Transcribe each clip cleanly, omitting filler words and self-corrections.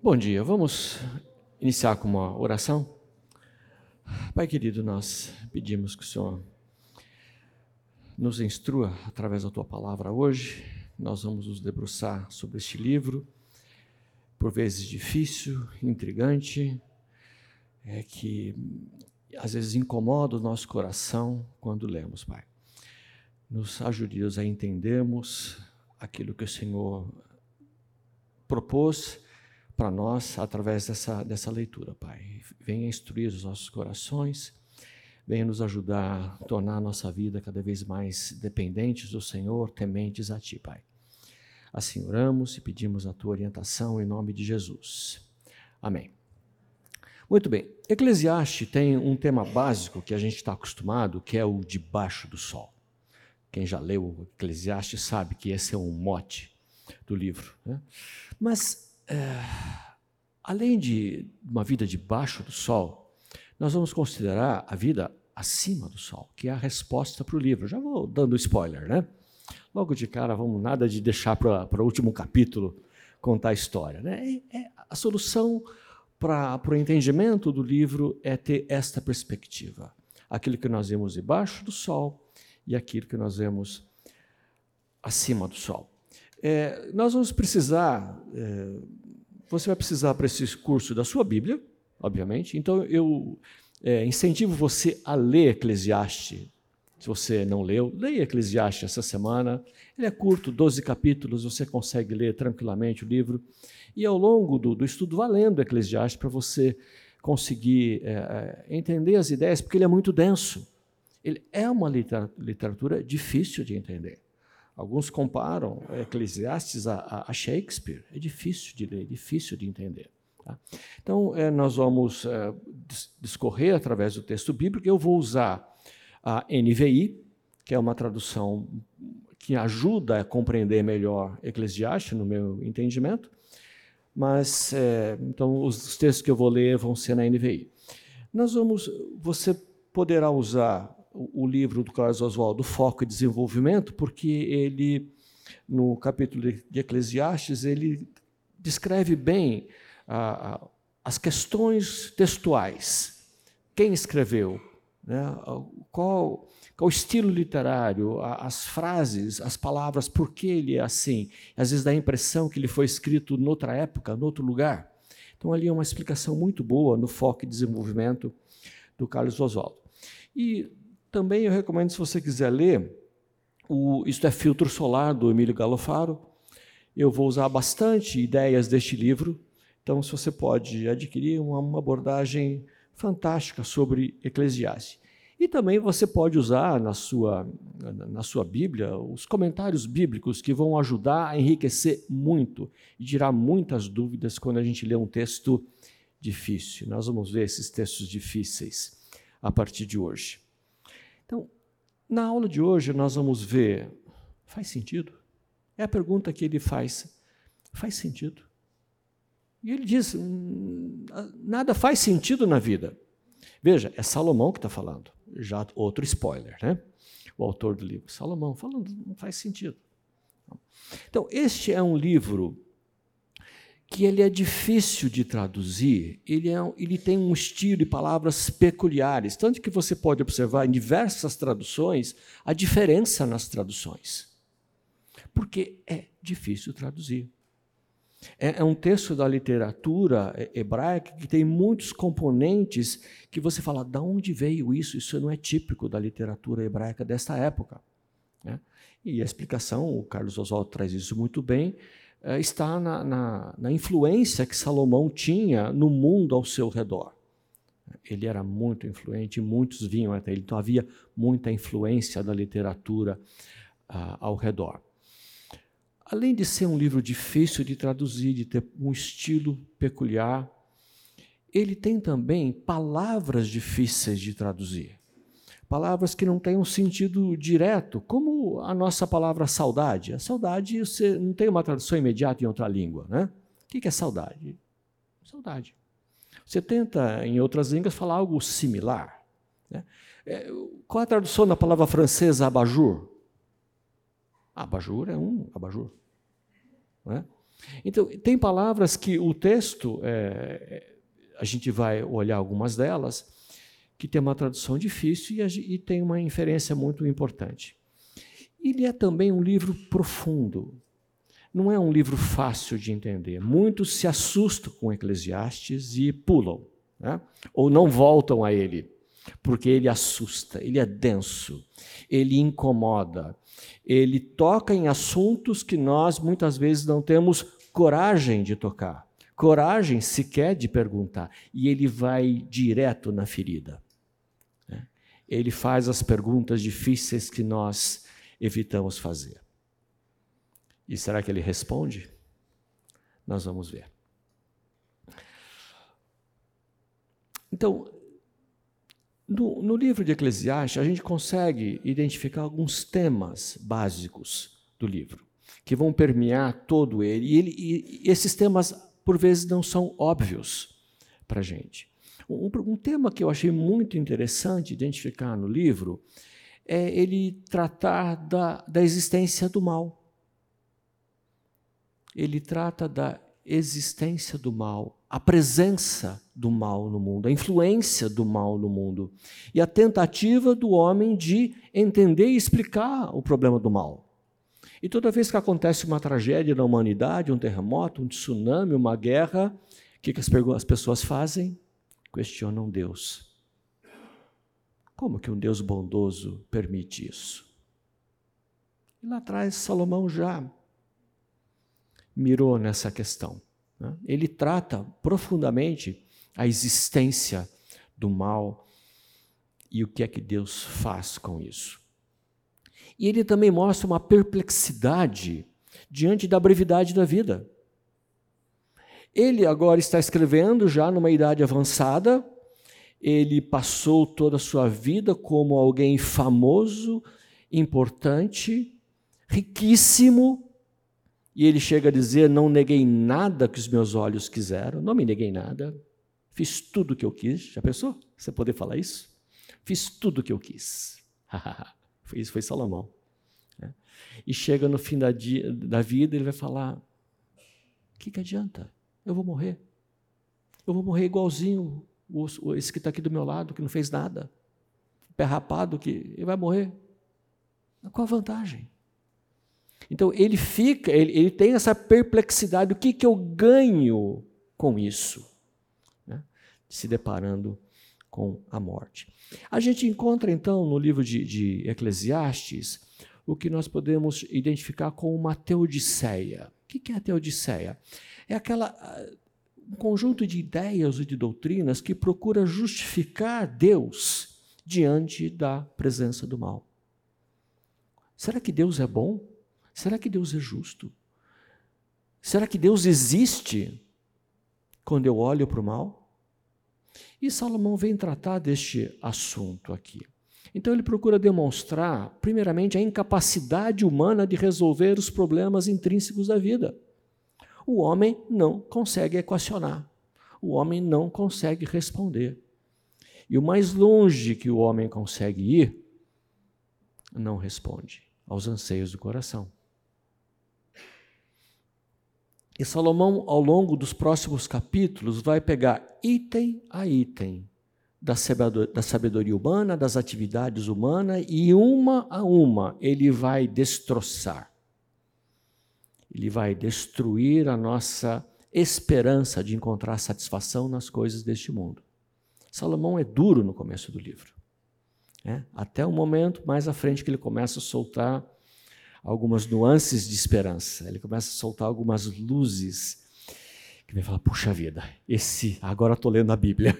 Bom dia, vamos iniciar com uma oração? Pai querido, nós pedimos que o Senhor nos instrua através da Tua palavra hoje. Nós vamos nos debruçar sobre este livro, por vezes difícil, intrigante, que às vezes incomoda o nosso coração quando lemos, Pai. Nos ajude a entendermos aquilo que o Senhor propôs para nós através dessa leitura, Pai. Venha instruir os nossos corações, venha nos ajudar a tornar a nossa vida cada vez mais dependentes do Senhor, tementes a Ti, Pai. Assim oramos e pedimos a Tua orientação em nome de Jesus. Amém. Muito bem, Eclesiastes tem um tema básico que a gente está acostumado, que é o debaixo do sol. Quem já leu o Eclesiastes sabe que esse é um mote do livro, né? Mas além de uma vida debaixo do sol, nós vamos considerar a vida acima do sol, que é a resposta para o livro. Já vou dando spoiler, né? Logo de cara, vamos nada de deixar para o último capítulo contar a história, né? A solução para o entendimento do livro é ter esta perspectiva. Aquilo que nós vemos debaixo do sol e aquilo que nós vemos acima do sol. Nós vamos precisar, você vai precisar para esse curso da sua Bíblia, obviamente, então eu incentivo você a ler Eclesiastes. Se você não leu, leia Eclesiastes essa semana. Ele é curto, 12 capítulos, você consegue ler tranquilamente o livro. E ao longo do estudo, vá lendo Eclesiastes para você conseguir entender as ideias, porque ele é muito denso. Ele é uma literatura difícil de entender. Alguns comparam Eclesiastes a Shakespeare. É difícil de ler, difícil de entender. Tá? Então, nós vamos discorrer através do texto bíblico. Eu vou usar a NVI, que é uma tradução que ajuda a compreender melhor Eclesiastes, no meu entendimento. Mas, então, os textos que eu vou ler vão ser na NVI. Você poderá usar o livro do Carlos Oswaldo, Foco e Desenvolvimento, porque ele, no capítulo de Eclesiastes, ele descreve bem as questões textuais. Quem escreveu? Né? Qual o estilo literário, as frases, as palavras, por que ele é assim? Às vezes dá a impressão que ele foi escrito noutra época, noutro lugar. Então, ali é uma explicação muito boa no Foco e Desenvolvimento do Carlos Oswaldo. E também eu recomendo, se você quiser ler, Isto é Filtro Solar, do Emílio Galofaro. Eu vou usar bastante ideias deste livro, então se você pode adquirir uma abordagem fantástica sobre Eclesiastes. E também você pode usar na sua Bíblia os comentários bíblicos que vão ajudar a enriquecer muito e tirar muitas dúvidas quando a gente lê um texto difícil. Nós vamos ver esses textos difíceis a partir de hoje. Então, na aula de hoje nós vamos ver, faz sentido? É a pergunta que ele faz. Faz sentido? E ele diz, nada faz sentido na vida. Veja, é Salomão que está falando. Já outro spoiler, né? O autor do livro. Salomão falando, não faz sentido. Então, este é um livro que ele é difícil de traduzir, ele tem um estilo e palavras peculiares, tanto que você pode observar em diversas traduções a diferença nas traduções, porque é difícil traduzir. É um texto da literatura hebraica que tem muitos componentes que você fala, de onde veio isso? Isso não é típico da literatura hebraica desta época, né? E a explicação, o Carlos Oswaldo traz isso muito bem, está na influência que Salomão tinha no mundo ao seu redor. Ele era muito influente, muitos vinham até ele, então havia muita influência da literatura ao redor. Além de ser um livro difícil de traduzir, de ter um estilo peculiar, ele tem também palavras difíceis de traduzir. Palavras que não têm um sentido direto, como a nossa palavra saudade. A saudade você não tem uma tradução imediata em outra língua, né? O que é saudade? Saudade. Você tenta, em outras línguas, falar algo similar, né? Qual a tradução da palavra francesa abajur? Abajur é um abajur, né? Então, tem palavras que o texto, a gente vai olhar algumas delas, que tem uma tradução difícil e tem uma inferência muito importante. Ele é também um livro profundo. Não é um livro fácil de entender. Muitos se assustam com Eclesiastes e pulam, né? Ou não voltam a ele, porque ele assusta, ele é denso, ele incomoda, ele toca em assuntos que nós muitas vezes não temos coragem de tocar, coragem sequer de perguntar, e ele vai direto na ferida. Ele faz as perguntas difíceis que nós evitamos fazer. E será que ele responde? Nós vamos ver. Então, no livro de Eclesiastes, a gente consegue identificar alguns temas básicos do livro, que vão permear todo ele. E esses temas, por vezes, não são óbvios para a gente. Um tema que eu achei muito interessante identificar no livro é ele tratar da existência do mal. Ele trata da existência do mal, a presença do mal no mundo, a influência do mal no mundo e a tentativa do homem de entender e explicar o problema do mal. E toda vez que acontece uma tragédia na humanidade, um terremoto, um tsunami, uma guerra, o que as pessoas fazem? Questionam Deus. Como que um Deus bondoso permite isso? E lá atrás, Salomão já mirou nessa questão, né? Ele trata profundamente a existência do mal e o que é que Deus faz com isso. E ele também mostra uma perplexidade diante da brevidade da vida. Ele agora está escrevendo já numa idade avançada, ele passou toda a sua vida como alguém famoso, importante, riquíssimo, e ele chega a dizer, não neguei nada que os meus olhos quiseram, não me neguei nada, fiz tudo o que eu quis. Já pensou? Você poder falar isso? Fiz tudo o que eu quis. Isso foi Salomão. E chega no fim da vida, ele vai falar, o que adianta? Eu vou morrer. Eu vou morrer igualzinho esse que está aqui do meu lado, que não fez nada. Pé rapado, que ele vai morrer. Qual a vantagem? Então, ele tem essa perplexidade. O que eu ganho com isso? Né? Se deparando com a morte. A gente encontra, então, no livro de Eclesiastes, o que nós podemos identificar como uma teodiceia. O que é a teodiceia? É um conjunto de ideias e de doutrinas que procura justificar Deus diante da presença do mal. Será que Deus é bom? Será que Deus é justo? Será que Deus existe quando eu olho para o mal? E Salomão vem tratar deste assunto aqui. Então ele procura demonstrar, primeiramente, a incapacidade humana de resolver os problemas intrínsecos da vida. O homem não consegue equacionar, o homem não consegue responder. E o mais longe que o homem consegue ir, não responde aos anseios do coração. E Salomão, ao longo dos próximos capítulos, vai pegar item a item da sabedoria humana, das atividades humanas, e uma a uma ele vai destroçar. Ele vai destruir a nossa esperança de encontrar satisfação nas coisas deste mundo. Salomão é duro no começo do livro, até o momento mais à frente que ele começa a soltar algumas nuances de esperança. Ele começa a soltar algumas luzes que vai falar, puxa vida, agora estou lendo a Bíblia.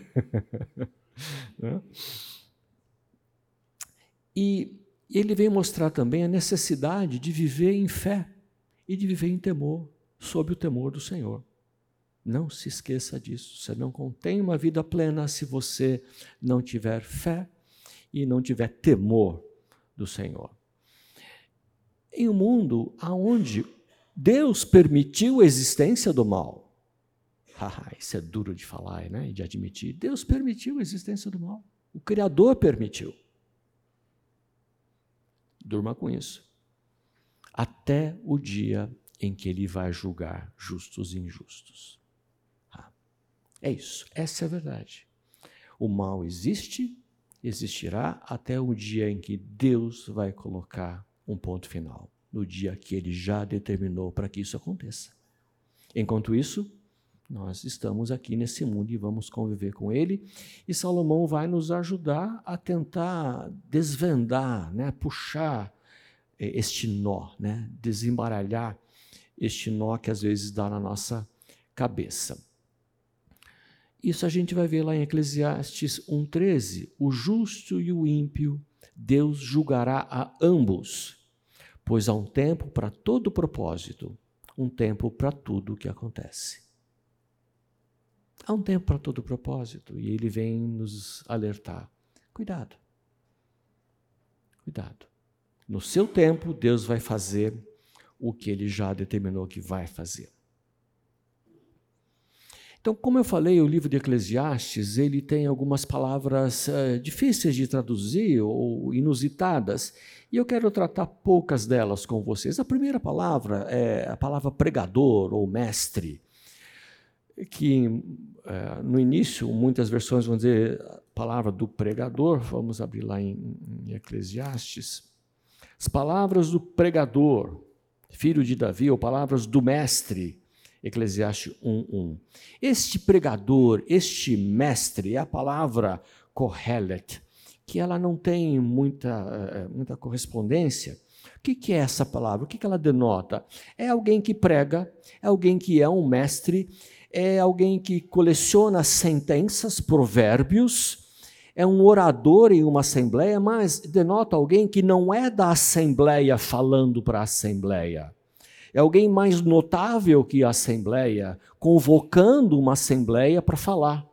E ele vem mostrar também a necessidade de viver em fé e de viver em temor, sob o temor do Senhor. Não se esqueça disso. Você não contém uma vida plena se você não tiver fé e não tiver temor do Senhor. Em um mundo onde Deus permitiu a existência do mal, isso é duro de falar, né, e de admitir, Deus permitiu a existência do mal, o Criador permitiu. Durma com isso. Até o dia em que ele vai julgar justos e injustos. É isso, essa é a verdade. O mal existe, existirá até o dia em que Deus vai colocar um ponto final, no dia que ele já determinou para que isso aconteça. Enquanto isso, nós estamos aqui nesse mundo e vamos conviver com ele, e Salomão vai nos ajudar a tentar desvendar, né, puxar este nó, né, desembaralhar este nó que às vezes dá na nossa cabeça. Isso a gente vai ver lá em Eclesiastes 1,13. O justo e o ímpio, Deus julgará a ambos, pois há um tempo para todo propósito, um tempo para tudo o que acontece. Há um tempo para todo propósito, e ele vem nos alertar. Cuidado. Cuidado. No seu tempo, Deus vai fazer o que ele já determinou que vai fazer. Então, como eu falei, o livro de Eclesiastes, ele tem algumas palavras difíceis de traduzir ou inusitadas, e eu quero tratar poucas delas com vocês. A primeira palavra é a palavra pregador ou mestre, que no início, muitas versões vão dizer a palavra do pregador. Vamos abrir lá em Eclesiastes. As palavras do pregador, filho de Davi, ou palavras do mestre, Eclesiastes 1:1. Este pregador, este mestre, é a palavra kohelet, que ela não tem muita correspondência. O que é essa palavra? O que ela denota? É alguém que prega, é alguém que é um mestre, é alguém que coleciona sentenças, provérbios, é um orador em uma assembleia, mas denota alguém que não é da assembleia falando para a assembleia. É alguém mais notável que a assembleia, convocando uma assembleia para falar,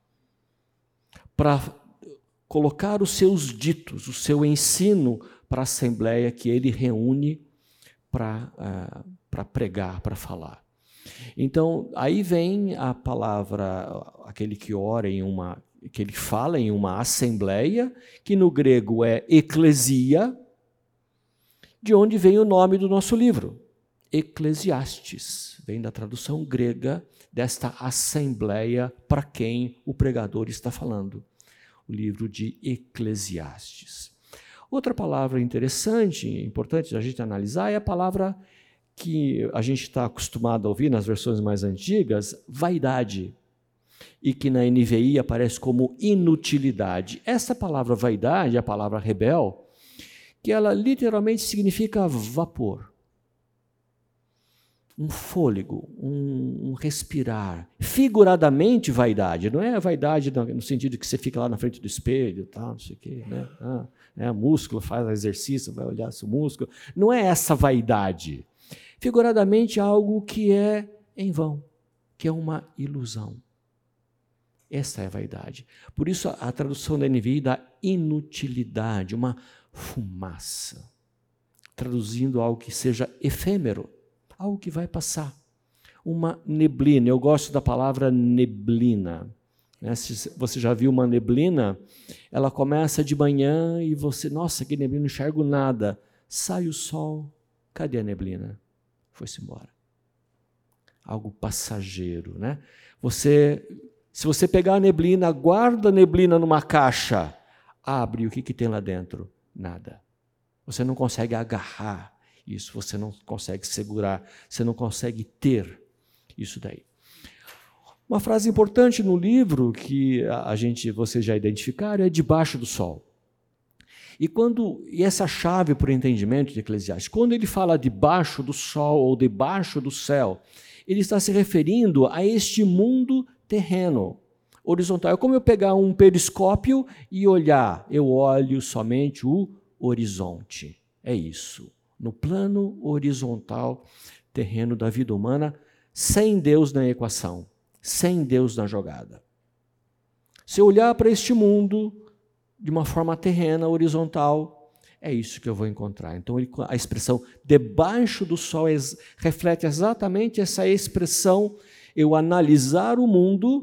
para colocar os seus ditos, o seu ensino para a assembleia que ele reúne para pregar, para falar. Então, aí vem a palavra, aquele que ora que ele fala em uma assembleia, que no grego é eclesia, de onde vem o nome do nosso livro. Eclesiastes, vem da tradução grega desta assembleia para quem o pregador está falando, o livro de Eclesiastes. Outra palavra interessante, importante a gente analisar, é a palavra que a gente está acostumado a ouvir nas versões mais antigas, vaidade, e que na NVI aparece como inutilidade. Essa palavra vaidade, a palavra rebel, que ela literalmente significa vapor. Um fôlego, um respirar. Figuradamente, vaidade. Não é vaidade no sentido que você fica lá na frente do espelho, tal, não sei o quê, né? Músculo, faz exercício, vai olhar seu músculo. Não é essa vaidade. Figuradamente, algo que é em vão, que é uma ilusão. Essa é a vaidade. Por isso, a tradução da NVI dá inutilidade, uma fumaça. Traduzindo algo que seja efêmero. Algo que vai passar, uma neblina. Eu gosto da palavra neblina. Se você já viu uma neblina, ela começa de manhã e você, nossa, que neblina, não enxergo nada. Sai o sol, cadê a neblina? Foi-se embora. Algo passageiro, né? Se você pegar a neblina, guarda a neblina numa caixa, abre, o que tem lá dentro? Nada. Você não consegue agarrar isso, você não consegue segurar, você não consegue ter isso daí. Uma frase importante no livro que vocês já identificaram é debaixo do sol. E essa chave para o entendimento de Eclesiastes, quando ele fala debaixo do sol ou debaixo do céu, ele está se referindo a este mundo terreno, horizontal. É como eu pegar um periscópio e olhar, eu olho somente o horizonte. É isso. No plano horizontal terreno da vida humana, sem Deus na equação, sem Deus na jogada. Se eu olhar para este mundo de uma forma terrena, horizontal, é isso que eu vou encontrar. Então, a expressão debaixo do sol reflete exatamente essa expressão, eu analisar o mundo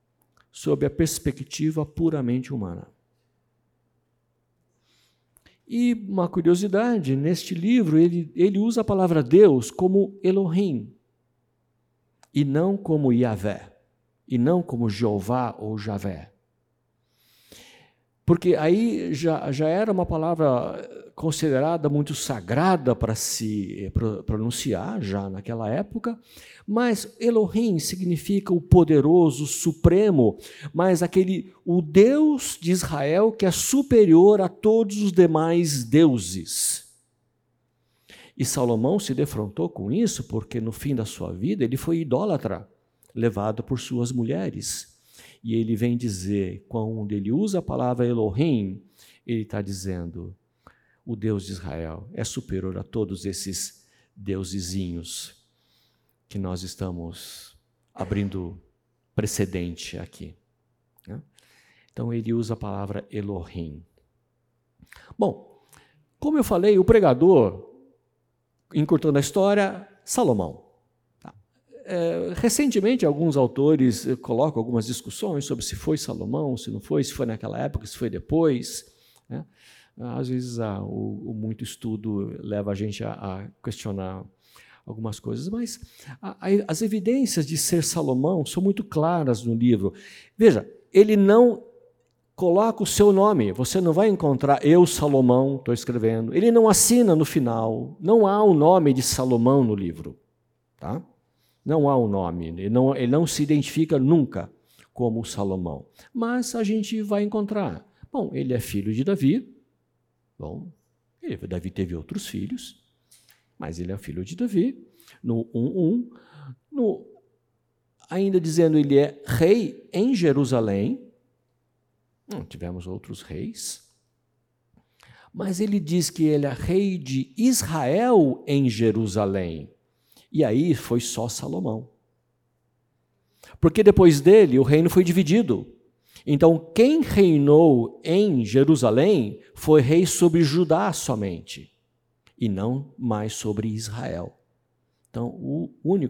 sob a perspectiva puramente humana. E uma curiosidade, neste livro ele usa a palavra Deus como Elohim, e não como Yahvé, e não como Jeová ou Javé. Porque aí já era uma palavra considerada muito sagrada para se pronunciar, já naquela época, mas Elohim significa o poderoso, supremo, mas o Deus de Israel que é superior a todos os demais deuses. E Salomão se defrontou com isso porque no fim da sua vida ele foi idólatra, levado por suas mulheres. E ele vem dizer, quando ele usa a palavra Elohim, ele está dizendo, o Deus de Israel é superior a todos esses deusezinhos que nós estamos abrindo precedente aqui. Né? Então ele usa a palavra Elohim. Bom, como eu falei, o pregador, encurtando a história, Salomão. Recentemente, alguns autores colocam algumas discussões sobre se foi Salomão, se não foi, se foi naquela época, se foi depois. Né? Às vezes, o muito estudo leva a gente a questionar algumas coisas, mas as evidências de ser Salomão são muito claras no livro. Veja, ele não coloca o seu nome, você não vai encontrar eu, Salomão, estou escrevendo. Ele não assina no final, não há o nome de Salomão no livro. Tá? Não há um nome, ele não se identifica nunca como Salomão. Mas a gente vai encontrar. Bom, ele é filho de Davi. Bom, Davi teve outros filhos, mas ele é filho de Davi. No 1:1, ainda dizendo ele é rei em Jerusalém. Tivemos outros reis. Mas ele diz que ele é rei de Israel em Jerusalém. E aí foi só Salomão. Porque depois dele o reino foi dividido. Então quem reinou em Jerusalém foi rei sobre Judá somente, e não mais sobre Israel. Então o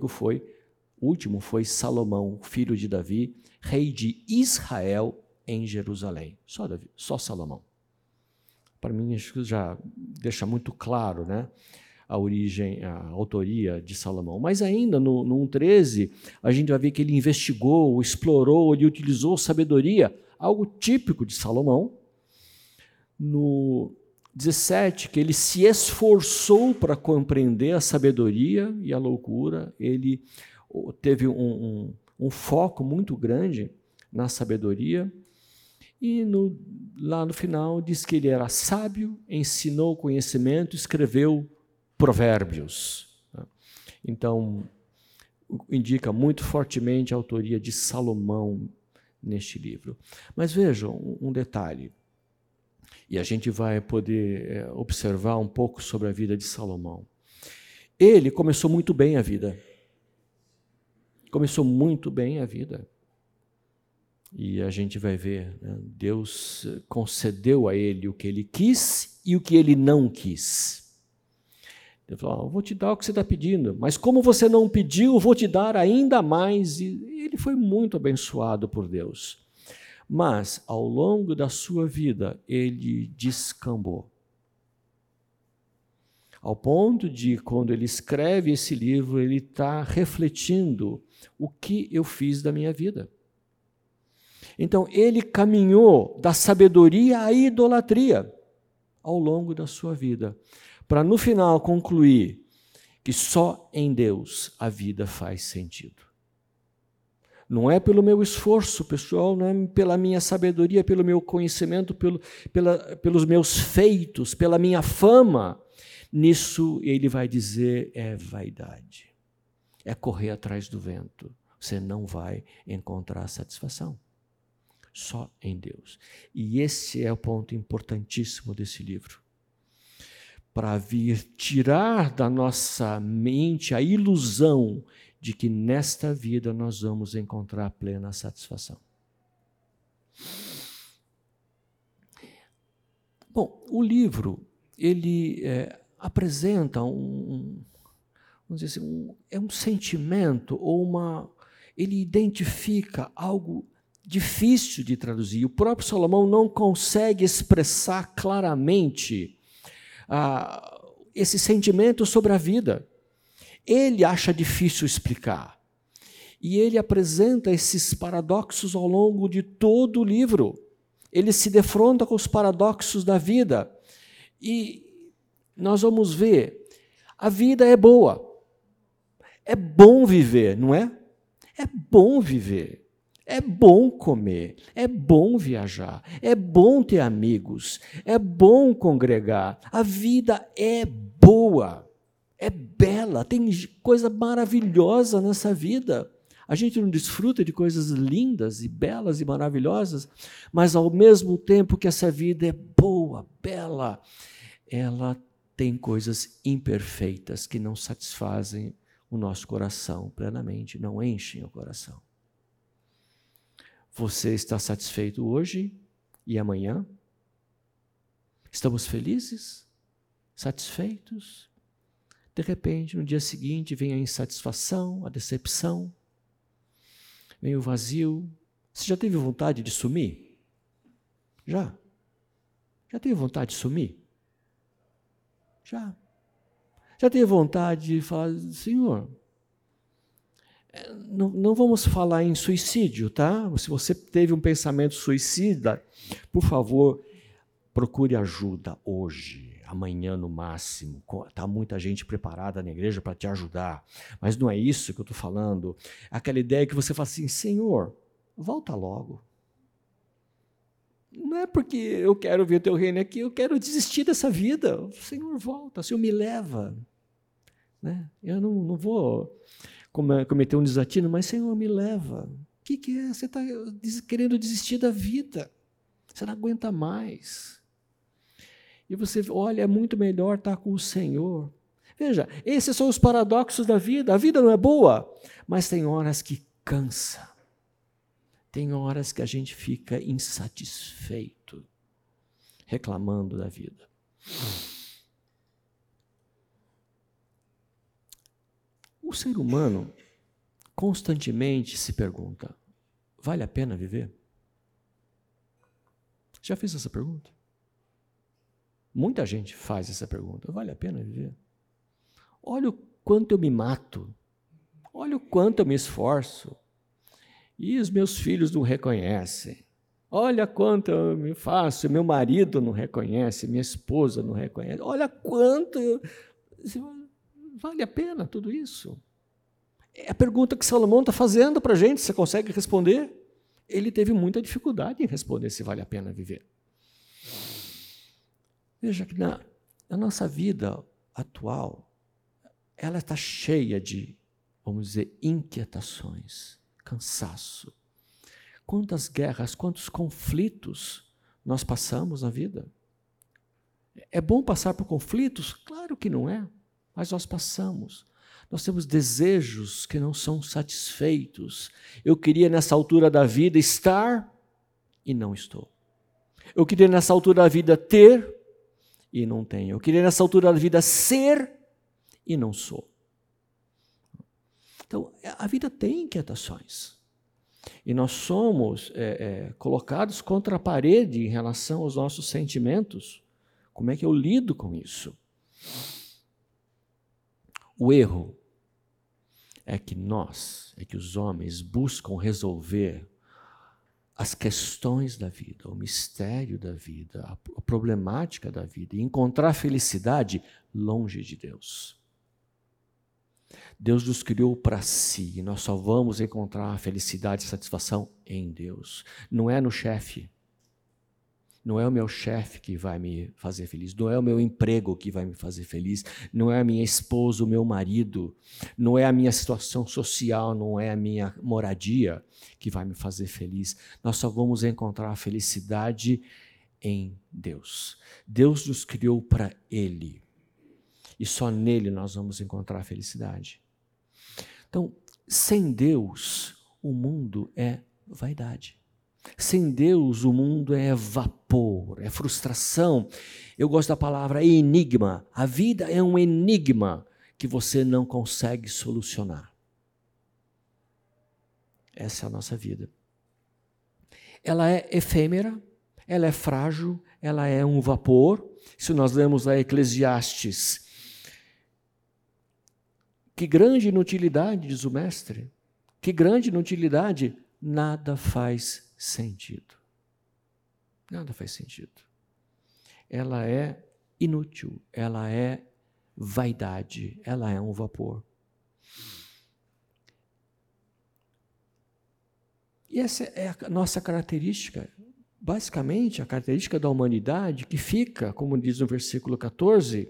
último foi Salomão, filho de Davi, rei de Israel em Jerusalém. Só Salomão. Para mim isso já deixa muito claro, né? A origem, a autoria de Salomão. Mas ainda no 1:13, a gente vai ver que ele investigou, explorou, ele utilizou sabedoria, algo típico de Salomão. No 17, que ele se esforçou para compreender a sabedoria e a loucura, ele teve um foco muito grande na sabedoria. E lá no final diz que ele era sábio, ensinou conhecimento, escreveu Provérbios. Então, indica muito fortemente a autoria de Salomão neste livro. Mas vejam um detalhe, e a gente vai poder observar um pouco sobre a vida de Salomão. Ele começou muito bem a vida. Começou muito bem a vida. E a gente vai ver, né? Deus concedeu a ele o que ele quis e o que ele não quis. Ele falou, vou te dar o que você está pedindo, mas como você não pediu, vou te dar ainda mais. E ele foi muito abençoado por Deus. Mas, ao longo da sua vida, ele descambou. Ao ponto de, quando ele escreve esse livro, ele está refletindo o que eu fiz da minha vida. Então, ele caminhou da sabedoria à idolatria ao longo da sua vida, para no final concluir que só em Deus a vida faz sentido. Não é pelo meu esforço pessoal, não é pela minha sabedoria, pelo meu conhecimento, pelos meus feitos, pela minha fama. Nisso ele vai dizer, é vaidade, é correr atrás do vento. Você não vai encontrar satisfação. Só em Deus. E esse é o ponto importantíssimo desse livro. Para vir tirar da nossa mente a ilusão de que nesta vida nós vamos encontrar plena satisfação. Bom, o livro, ele apresenta vamos dizer assim, um sentimento, ele identifica algo difícil de traduzir. O próprio Salomão não consegue expressar claramente esse sentimento sobre a vida. Ele acha difícil explicar. E ele apresenta esses paradoxos ao longo de todo o livro. Ele se defronta com os paradoxos da vida. E nós vamos ver, a vida é boa. É bom viver, não é? É bom viver. É bom comer, é bom viajar, é bom ter amigos, é bom congregar. A vida é boa, é bela, tem coisa maravilhosa nessa vida. A gente não desfruta de coisas lindas e belas e maravilhosas, mas ao mesmo tempo que essa vida é boa, bela, ela tem coisas imperfeitas que não satisfazem o nosso coração plenamente, não enchem o coração. Você está satisfeito hoje e amanhã? Estamos felizes? Satisfeitos? De repente, no dia seguinte, vem a insatisfação, a decepção, vem o vazio. Você já teve vontade de sumir? Já? Já teve vontade de sumir? Já. Já teve vontade de falar, Senhor, não vamos falar em suicídio, tá? Se você teve um pensamento suicida, por favor, procure ajuda hoje, amanhã no máximo. Está muita gente preparada na igreja para te ajudar, mas não é isso que eu estou falando. Aquela ideia que você fala assim, Senhor, volta logo. Não é porque eu quero ver o teu reino aqui, eu quero desistir dessa vida. Senhor, volta, Senhor, me leva. Né? Eu não vou cometer um desatino, mas Senhor, me leva. O que é? Você está querendo desistir da vida. Você não aguenta mais. E você olha, é muito melhor estar com o Senhor. Veja, esses são os paradoxos da vida. A vida não é boa, mas tem horas que cansa. Tem horas que a gente fica insatisfeito, reclamando da vida. O ser humano constantemente se pergunta, vale a pena viver? Já fez essa pergunta? Muita gente faz essa pergunta, vale a pena viver? Olha o quanto eu me mato, olha o quanto eu me esforço, e os meus filhos não reconhecem. Olha quanto eu me faço, meu marido não reconhece, minha esposa não reconhece. Olha quanto vale a pena tudo isso? É a pergunta que Salomão está fazendo para a gente, você consegue responder? Ele teve muita dificuldade em responder se vale a pena viver. Veja que na nossa vida atual, ela está cheia de, vamos dizer, inquietações, cansaço. Quantas guerras, quantos conflitos nós passamos na vida? É bom passar por conflitos? Claro que não é, mas nós passamos. Nós temos desejos que não são satisfeitos. Eu queria nessa altura da vida estar e não estou. Eu queria nessa altura da vida ter e não tenho. Eu queria nessa altura da vida ser e não sou. Então, a vida tem inquietações. E nós somos colocados contra a parede em relação aos nossos sentimentos. Como é que eu lido com isso? O erro é que os homens buscam resolver as questões da vida, o mistério da vida, a problemática da vida, e encontrar felicidade longe de Deus. Deus nos criou para si, e nós só vamos encontrar felicidade e satisfação em Deus. Não é no chefe. Não é o meu chefe que vai me fazer feliz, não é o meu emprego que vai me fazer feliz, não é a minha esposa, o meu marido, não é a minha situação social, não é a minha moradia que vai me fazer feliz. Nós só vamos encontrar a felicidade em Deus. Deus nos criou para Ele e só nele nós vamos encontrar a felicidade. Então, sem Deus, o mundo é vaidade. Sem Deus, o mundo é vapor, é frustração. Eu gosto da palavra enigma. A vida é um enigma que você não consegue solucionar. Essa é a nossa vida. Ela é efêmera, ela é frágil, ela é um vapor. Se nós lemos lá Eclesiastes, que grande inutilidade, diz o mestre, que grande inutilidade, nada faz sentido. Nada faz sentido. Ela é inútil, ela é vaidade, ela é um vapor. E essa é a nossa característica, basicamente a característica da humanidade, que fica, como diz no versículo 14,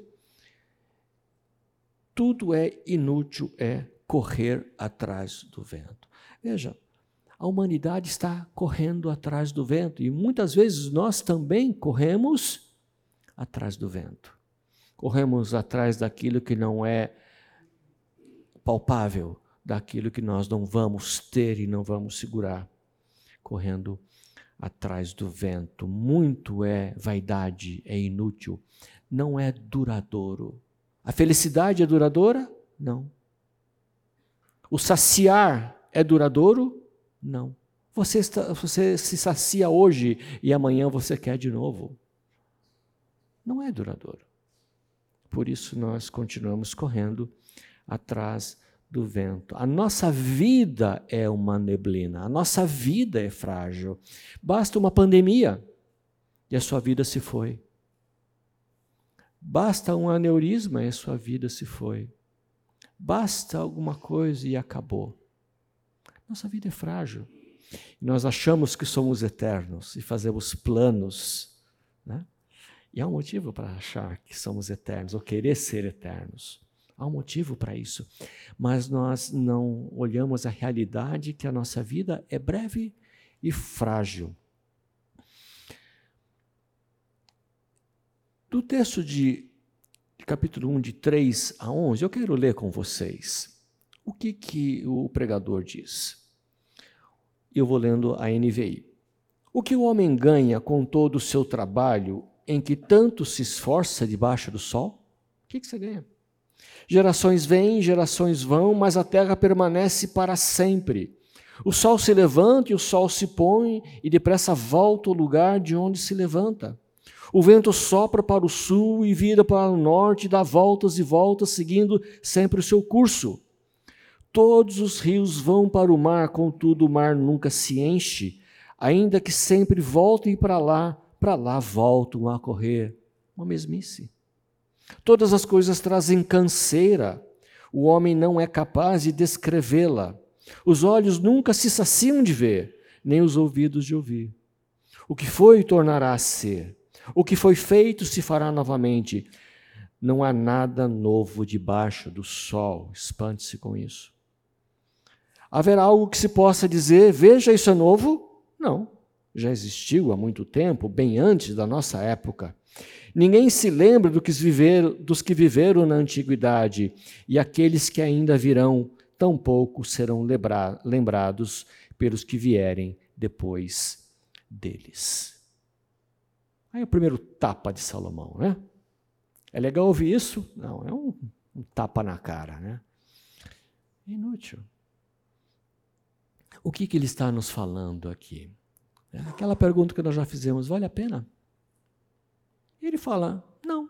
tudo é inútil, é correr atrás do vento. Veja, a humanidade está correndo atrás do vento, e muitas vezes nós também corremos atrás do vento. Corremos atrás daquilo que não é palpável, daquilo que nós não vamos ter e não vamos segurar. Correndo atrás do vento. Muito é vaidade, é inútil, não é duradouro. A felicidade é duradoura? Não. O saciar é duradouro? Não. Você se sacia hoje e amanhã você quer de novo. Não é duradouro. Por isso nós continuamos correndo atrás do vento. A nossa vida é uma neblina, a nossa vida é frágil. Basta uma pandemia e a sua vida se foi. Basta um aneurisma e a sua vida se foi. Basta alguma coisa e acabou. Nossa vida é frágil. Nós achamos que somos eternos e fazemos planos, né? E há um motivo para achar que somos eternos, ou querer ser eternos. Há um motivo para isso. Mas nós não olhamos a realidade que a nossa vida é breve e frágil. Do texto de capítulo 1, de 3 a 11, eu quero ler com vocês o que o pregador diz. Eu vou lendo a NVI. O que o homem ganha com todo o seu trabalho em que tanto se esforça debaixo do sol? O que você ganha? Gerações vêm, gerações vão, mas a terra permanece para sempre. O sol se levanta e o sol se põe, e depressa volta ao lugar de onde se levanta. O vento sopra para o sul e vira para o norte, e dá voltas e voltas, seguindo sempre o seu curso. Todos os rios vão para o mar, contudo o mar nunca se enche, ainda que sempre voltem para lá voltam a correr. Uma mesmice. Todas as coisas trazem canseira, o homem não é capaz de descrevê-la. Os olhos nunca se saciam de ver, nem os ouvidos de ouvir. O que foi tornará a ser, o que foi feito se fará novamente. Não há nada novo debaixo do sol, espante-se com isso. Haverá algo que se possa dizer, veja, isso é novo? Não, já existiu há muito tempo, bem antes da nossa época. Ninguém se lembra dos que viveram na antiguidade, e aqueles que ainda virão, tampouco serão lembrados pelos que vierem depois deles. Aí é o primeiro tapa de Salomão, né? É legal ouvir isso? Não, é um tapa na cara, né? É inútil. O que ele está nos falando aqui? É aquela pergunta que nós já fizemos, vale a pena? E ele fala, não.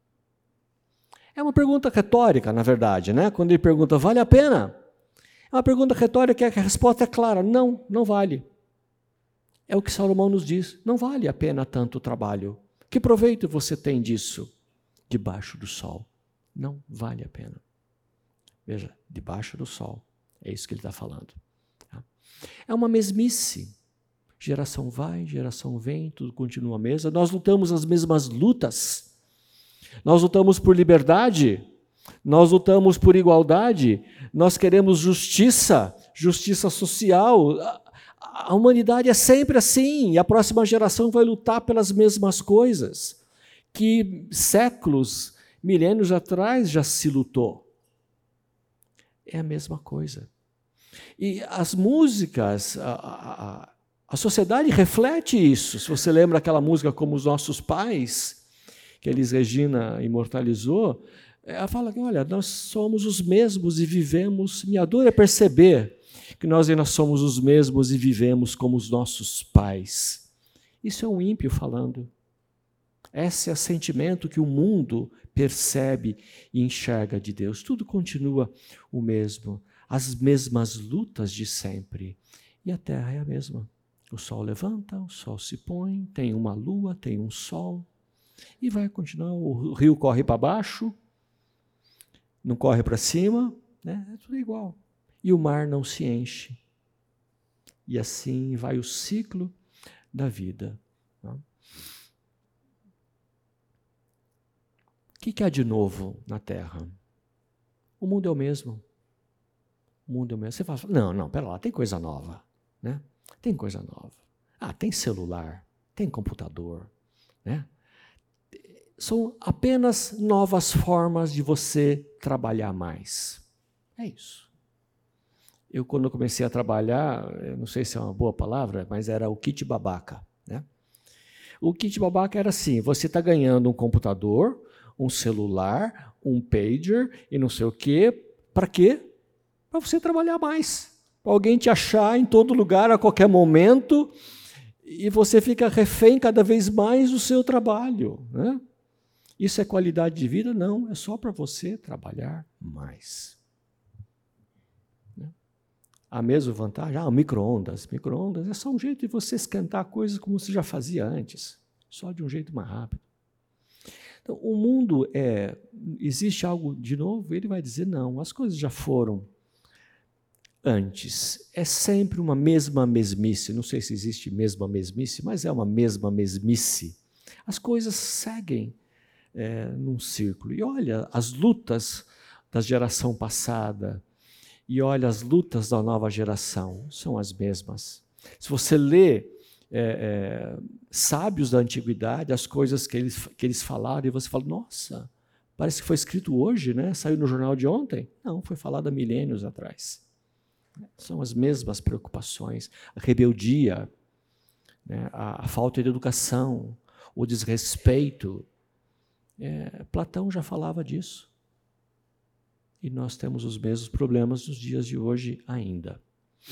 É uma pergunta retórica, na verdade, né? Quando ele pergunta, vale a pena? É uma pergunta retórica que a resposta é clara, não, não vale. É o que Salomão nos diz, não vale a pena tanto trabalho. Que proveito você tem disso? Debaixo do sol. Não vale a pena. Veja, debaixo do sol. É isso que ele está falando. É uma mesmice. Geração vai, geração vem, tudo continua a mesma. Nós lutamos as mesmas lutas. Nós lutamos por liberdade. Nós lutamos por igualdade. Nós queremos justiça, justiça social. A humanidade é sempre assim. E a próxima geração vai lutar pelas mesmas coisas que séculos, milênios atrás já se lutou. É a mesma coisa. E as músicas, a sociedade reflete isso. Se você lembra aquela música Como os Nossos Pais, que a Elis Regina imortalizou, ela fala que, olha, nós somos os mesmos e vivemos, minha dor é perceber que nós ainda somos os mesmos e vivemos como os nossos pais. Isso é um ímpio falando. Esse é o sentimento que o mundo percebe e enxerga de Deus. Tudo continua o mesmo, as mesmas lutas de sempre. E a terra é a mesma. O sol levanta, o sol se põe, tem uma lua, tem um sol, e vai continuar. O rio corre para baixo, não corre para cima, né? É tudo igual. E o mar não se enche. E assim vai o ciclo da vida. Tá? O que há de novo na Terra? O mundo é o mesmo. O mundo é o mesmo. Você fala, não, pera lá, tem coisa nova. Né? Tem coisa nova. Tem celular, tem computador. Né? São apenas novas formas de você trabalhar mais. É isso. Eu, quando comecei a trabalhar, eu não sei se é uma boa palavra, mas era o kit babaca. Né? O kit babaca era assim, você está ganhando um computador, um celular, um pager e não sei o quê. Para quê? Para você trabalhar mais. Para alguém te achar em todo lugar, a qualquer momento, e você fica refém cada vez mais do seu trabalho. Né? Isso é qualidade de vida? Não, é só para você trabalhar mais. Né? A mesma vantagem? O micro-ondas. Micro-ondas é só um jeito de você esquentar coisas como você já fazia antes, só de um jeito mais rápido. Então, o mundo existe algo de novo? Ele vai dizer, não, as coisas já foram antes. É sempre uma mesma mesmice. Não sei se existe mesma mesmice, mas é uma mesma mesmice. As coisas seguem num círculo. E olha as lutas da geração passada e olha as lutas da nova geração. São as mesmas. Se você lê sábios da antiguidade, as coisas que eles falaram, e você fala, nossa, parece que foi escrito hoje, né? Saiu no jornal de ontem. Não, foi falado há milênios atrás. São as mesmas preocupações, a rebeldia, né? a falta de educação, o desrespeito. Platão já falava disso. E nós temos os mesmos problemas nos dias de hoje ainda.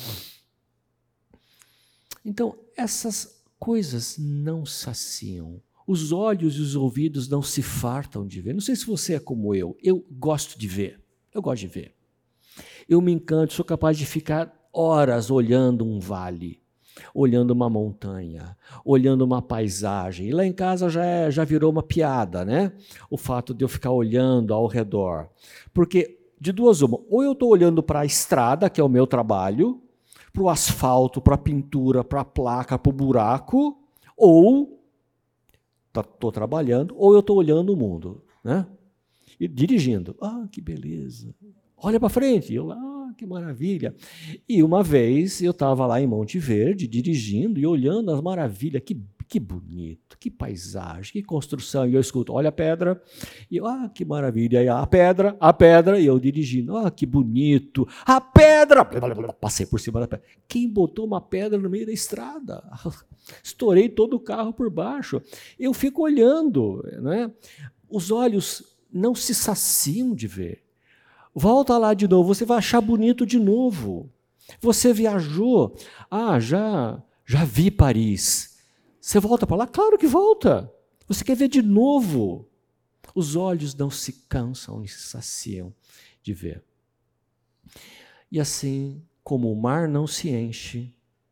Então, essas coisas não saciam. Os olhos e os ouvidos não se fartam de ver. Não sei se você é como eu gosto de ver. Eu gosto de ver. Eu me encanto, sou capaz de ficar horas olhando um vale, olhando uma montanha, olhando uma paisagem. E lá em casa já virou uma piada, né? O fato de eu ficar olhando ao redor. Porque, de duas uma, ou eu estou olhando para a estrada, que é o meu trabalho, para o asfalto, para a pintura, para a placa, para o buraco, ou estou trabalhando, ou eu estou olhando o mundo, né? E dirigindo. Que beleza! Olha para frente. Eu, que maravilha. E uma vez eu estava lá em Monte Verde, dirigindo e olhando as maravilhas. Que bonito, que paisagem, que construção. E eu escuto, olha a pedra. E eu, que maravilha. E a pedra, e eu dirigindo. Que bonito. A pedra! Passei por cima da pedra. Quem botou uma pedra no meio da estrada? Estourei todo o carro por baixo. Eu fico olhando, né? Os olhos não se saciam de ver. Volta lá de novo, você vai achar bonito de novo. Você viajou, já vi Paris. Você volta para lá? Claro que volta. Você quer ver de novo. Os olhos não se cansam e se saciam de ver. E assim como o mar não se enche,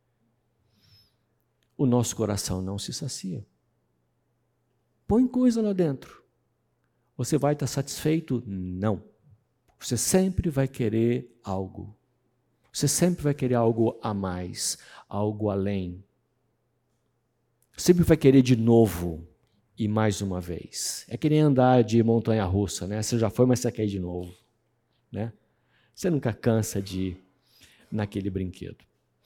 o nosso coração não se sacia. Põe coisa lá dentro. Você vai estar satisfeito? Não. Você sempre vai querer algo. Você sempre vai querer algo a mais, algo além. Sempre vai querer de novo e mais uma vez. É que nem andar de montanha-russa, né? Você já foi, mas você quer ir de novo, né? Você nunca cansa de ir naquele brinquedo.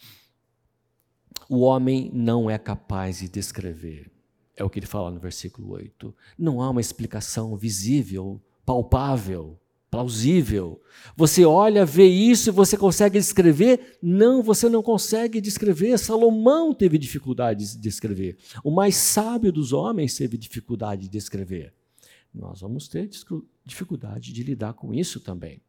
O homem não é capaz de descrever. É o que ele fala no versículo 8. Não há uma explicação visível, palpável, plausível. Você olha, vê isso e você consegue descrever? Não, você não consegue descrever. Salomão teve dificuldade de descrever. O mais sábio dos homens teve dificuldade de descrever. Nós vamos ter dificuldade de lidar com isso também.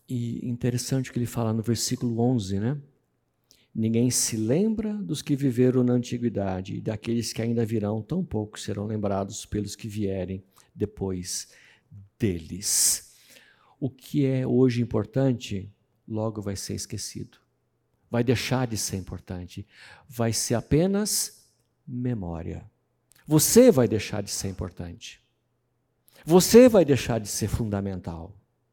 E interessante que ele fala no versículo 11, né? Ninguém se lembra dos que viveram na antiguidade, e daqueles que ainda virão, tão poucos serão lembrados pelos que vierem depois deles. O que é hoje importante, logo vai ser esquecido. Vai deixar de ser importante. Vai ser apenas memória. Você vai deixar de ser importante. Você vai deixar de ser fundamental.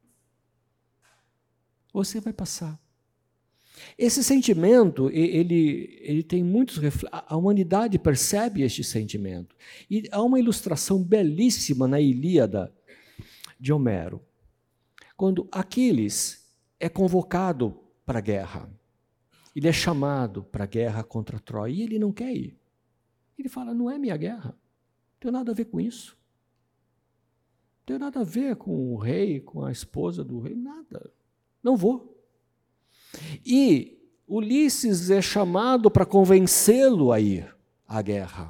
Você vai passar. Esse sentimento, ele tem muitos reflexos. A humanidade percebe este sentimento. E há uma ilustração belíssima na Ilíada de Homero. Quando Aquiles é convocado para a guerra, ele é chamado para a guerra contra Troia e ele não quer ir. Ele fala, não é minha guerra, não tem nada a ver com isso. Não tem nada a ver com o rei, com a esposa do rei, nada. Não vou. E Ulisses é chamado para convencê-lo a ir à guerra.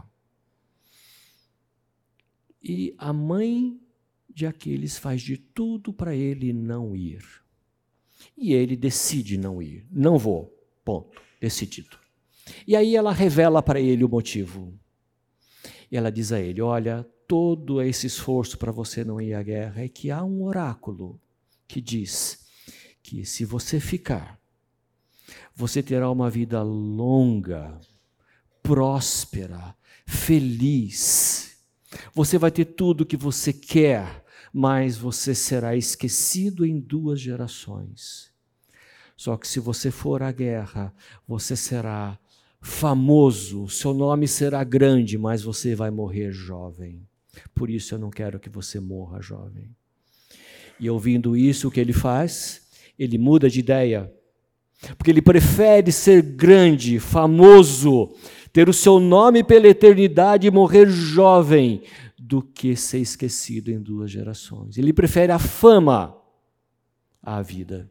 E a mãe de Aquiles faz de tudo para ele não ir. E ele decide não ir. Não vou. Ponto. Decidido. E aí ela revela para ele o motivo. E ela diz a ele, olha, todo esse esforço para você não ir à guerra é que há um oráculo que diz que se você ficar, você terá uma vida longa, próspera, feliz. Você vai ter tudo o que você quer, mas você será esquecido em 2 gerações. Só que se você for à guerra, você será famoso, seu nome será grande, mas você vai morrer jovem. Por isso eu não quero que você morra jovem. E ouvindo isso, o que ele faz? Ele muda de ideia. Porque ele prefere ser grande, famoso, ter o seu nome pela eternidade e morrer jovem, do que ser esquecido em 2 gerações. Ele prefere a fama à vida.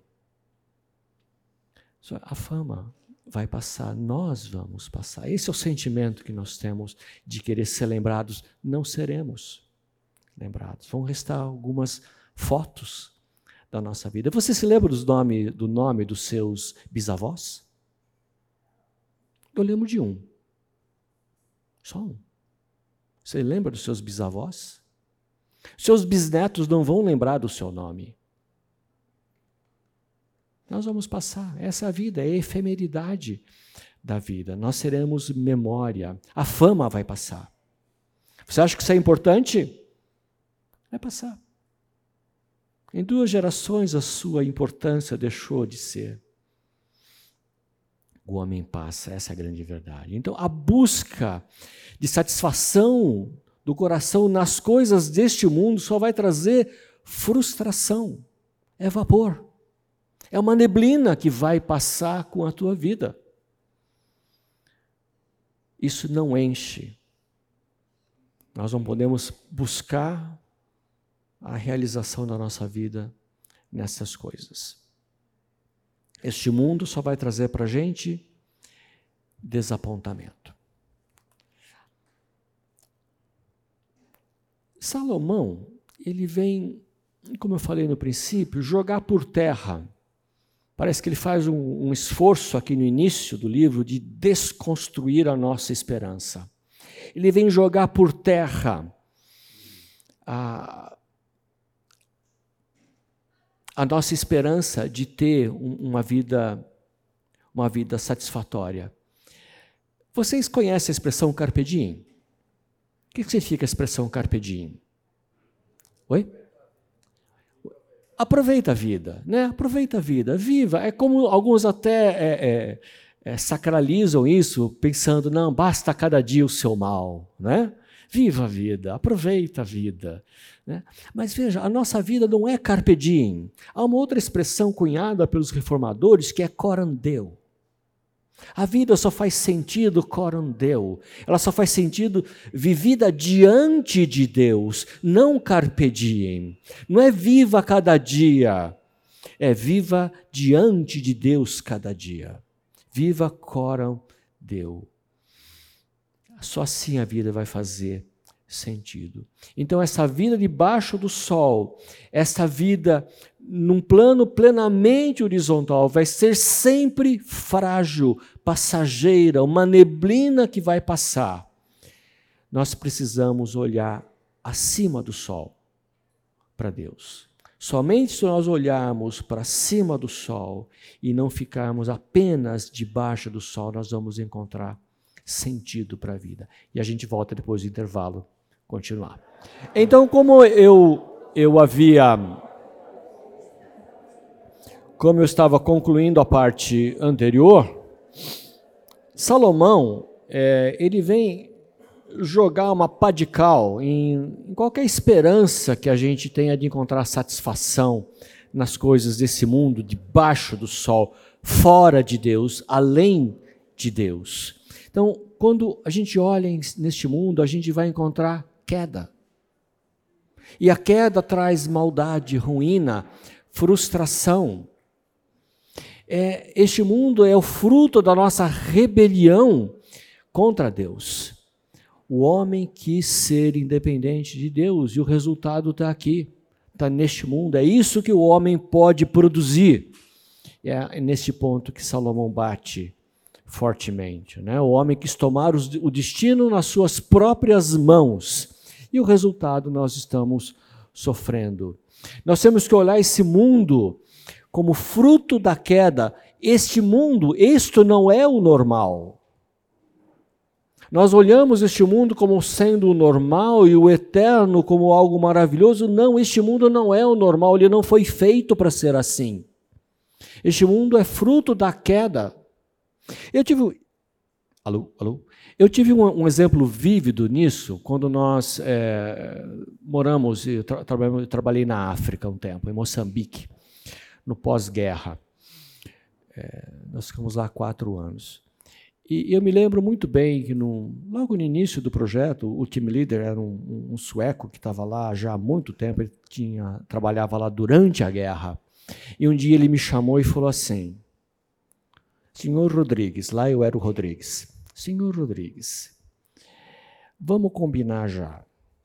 A fama vai passar, nós vamos passar. Esse é o sentimento que nós temos de querer ser lembrados. Não seremos lembrados. Vão restar algumas fotos da nossa vida. Você se lembra do nome dos seus bisavós? Eu lembro de um. Só um. Você lembra dos seus bisavós? Seus bisnetos não vão lembrar do seu nome. Nós vamos passar. Essa é a vida, é a efemeridade da vida. Nós seremos memória. A fama vai passar. Você acha que isso é importante? Vai passar. Em 2 gerações a sua importância deixou de ser. O homem passa, essa é a grande verdade. Então, a busca de satisfação do coração nas coisas deste mundo só vai trazer frustração. É vapor. É uma neblina que vai passar com a tua vida. Isso não enche. Nós não podemos buscar a realização da nossa vida nessas coisas. Este mundo só vai trazer para a gente desapontamento. Salomão, ele vem, como eu falei no princípio, jogar por terra. Parece que ele faz um esforço aqui no início do livro de desconstruir a nossa esperança. Ele vem jogar por terra a nossa esperança de ter uma vida satisfatória. Vocês conhecem a expressão carpe diem? O que significa a expressão carpe diem? Oi? Aproveita a vida, né? Aproveita a vida, viva. É como alguns até sacralizam isso, pensando, não, basta cada dia o seu mal, né? Viva a vida, aproveita a vida. Né? Mas veja, a nossa vida não é carpe diem. Há uma outra expressão cunhada pelos reformadores que é coram Deo. A vida só faz sentido coram Deo. Ela só faz sentido vivida diante de Deus, não carpe diem. Não é viva cada dia, é viva diante de Deus cada dia. Viva coram Deo. Só assim a vida vai fazer sentido. Então, essa vida debaixo do sol, essa vida num plano plenamente horizontal, vai ser sempre frágil, passageira, uma neblina que vai passar. Nós precisamos olhar acima do sol para Deus. Somente se nós olharmos para cima do sol e não ficarmos apenas debaixo do sol, nós vamos encontrar sentido para a vida. E a gente volta depois do intervalo, continuar. Então, como eu estava concluindo a parte anterior, Salomão, ele vem jogar uma pá de cal em qualquer esperança que a gente tenha de encontrar satisfação nas coisas desse mundo, debaixo do sol, fora de Deus, além de Deus. Então, quando a gente olha neste mundo, a gente vai encontrar queda. E a queda traz maldade, ruína, frustração. Este mundo é o fruto da nossa rebelião contra Deus. O homem quis ser independente de Deus e o resultado está aqui, está neste mundo. É isso que o homem pode produzir. É neste ponto que Salomão bate fortemente, né? O homem quis tomar o destino nas suas próprias mãos e o resultado nós estamos sofrendo. Nós temos que olhar esse mundo como fruto da queda. Este mundo, isto não é o normal. Nós olhamos este mundo como sendo o normal e o eterno como algo maravilhoso. Não, este mundo não é o normal, ele não foi feito para ser assim. Este mundo é fruto da queda. Eu tive um exemplo vívido nisso, quando nós moramos, eu trabalhei na África um tempo, em Moçambique, no pós-guerra. Nós ficamos lá 4 anos. E eu me lembro muito bem que logo no início do projeto, o team leader era um sueco que estava lá já há muito tempo, ele trabalhava lá durante a guerra. E um dia ele me chamou e falou assim: Senhor Rodrigues, lá eu era o Rodrigues. Senhor Rodrigues, vamos combinar já.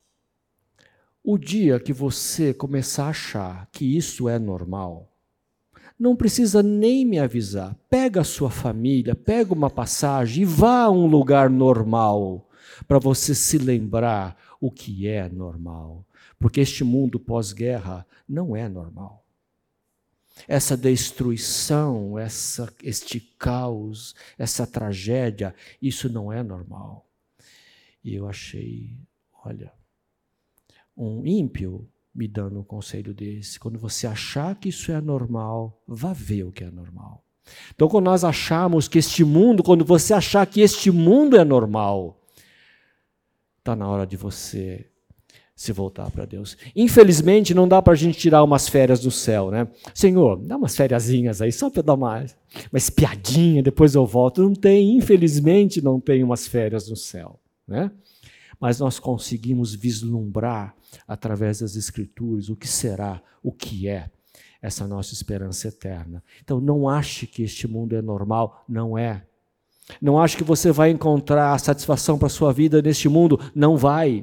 O dia que você começar a achar que isso é normal, não precisa nem me avisar. Pega a sua família, pega uma passagem e vá a um lugar normal para você se lembrar o que é normal. Porque este mundo pós-guerra não é normal. Essa destruição, este caos, essa tragédia, isso não é normal. E eu achei, olha, um ímpio me dando um conselho desse. Quando você achar que isso é normal, vá ver o que é normal. Então, quando nós acharmos que quando você achar que este mundo é normal, está na hora de você se voltar para Deus. Infelizmente, não dá para a gente tirar umas férias do céu, né? Senhor, dá umas fériasinhas aí, só para dar uma espiadinha, depois eu volto. Não tem, infelizmente, não tem umas férias no céu, né? Mas nós conseguimos vislumbrar, através das Escrituras, o que será, o que é essa nossa esperança eterna. Então, não ache que este mundo é normal, não é. Não ache que você vai encontrar a satisfação para a sua vida neste mundo, não vai.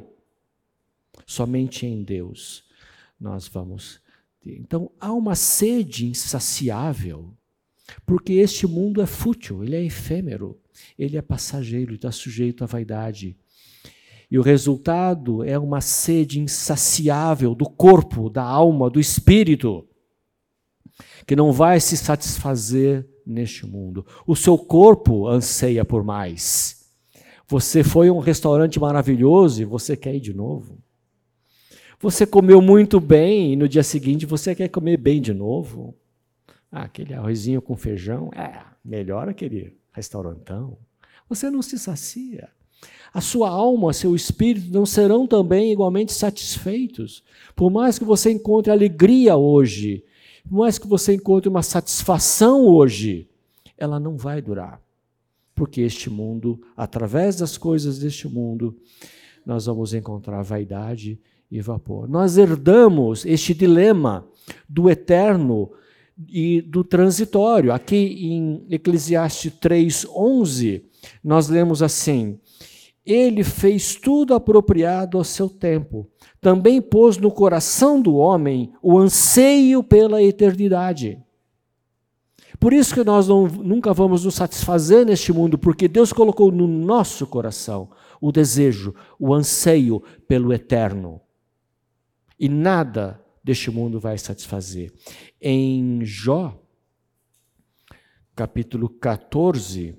Somente em Deus nós vamos ter. Então, há uma sede insaciável, porque este mundo é fútil, ele é efêmero, ele é passageiro, está sujeito à vaidade. E o resultado é uma sede insaciável do corpo, da alma, do espírito, que não vai se satisfazer neste mundo. O seu corpo anseia por mais. Você foi a um restaurante maravilhoso e você quer ir de novo. Você comeu muito bem e no dia seguinte você quer comer bem de novo. Aquele arrozinho com feijão, melhor aquele restaurantão. Você não se sacia. A sua alma, seu espírito não serão também igualmente satisfeitos. Por mais que você encontre alegria hoje, por mais que você encontre uma satisfação hoje, ela não vai durar. Porque este mundo, através das coisas deste mundo, nós vamos encontrar vaidade e vapor. Nós herdamos este dilema do eterno e do transitório. Aqui em Eclesiastes 3:11, nós lemos assim: Ele fez tudo apropriado ao seu tempo. Também pôs no coração do homem o anseio pela eternidade. Por isso que nós nunca vamos nos satisfazer neste mundo, porque Deus colocou no nosso coração o desejo, o anseio pelo eterno. E nada deste mundo vai satisfazer. Em Jó, capítulo 14,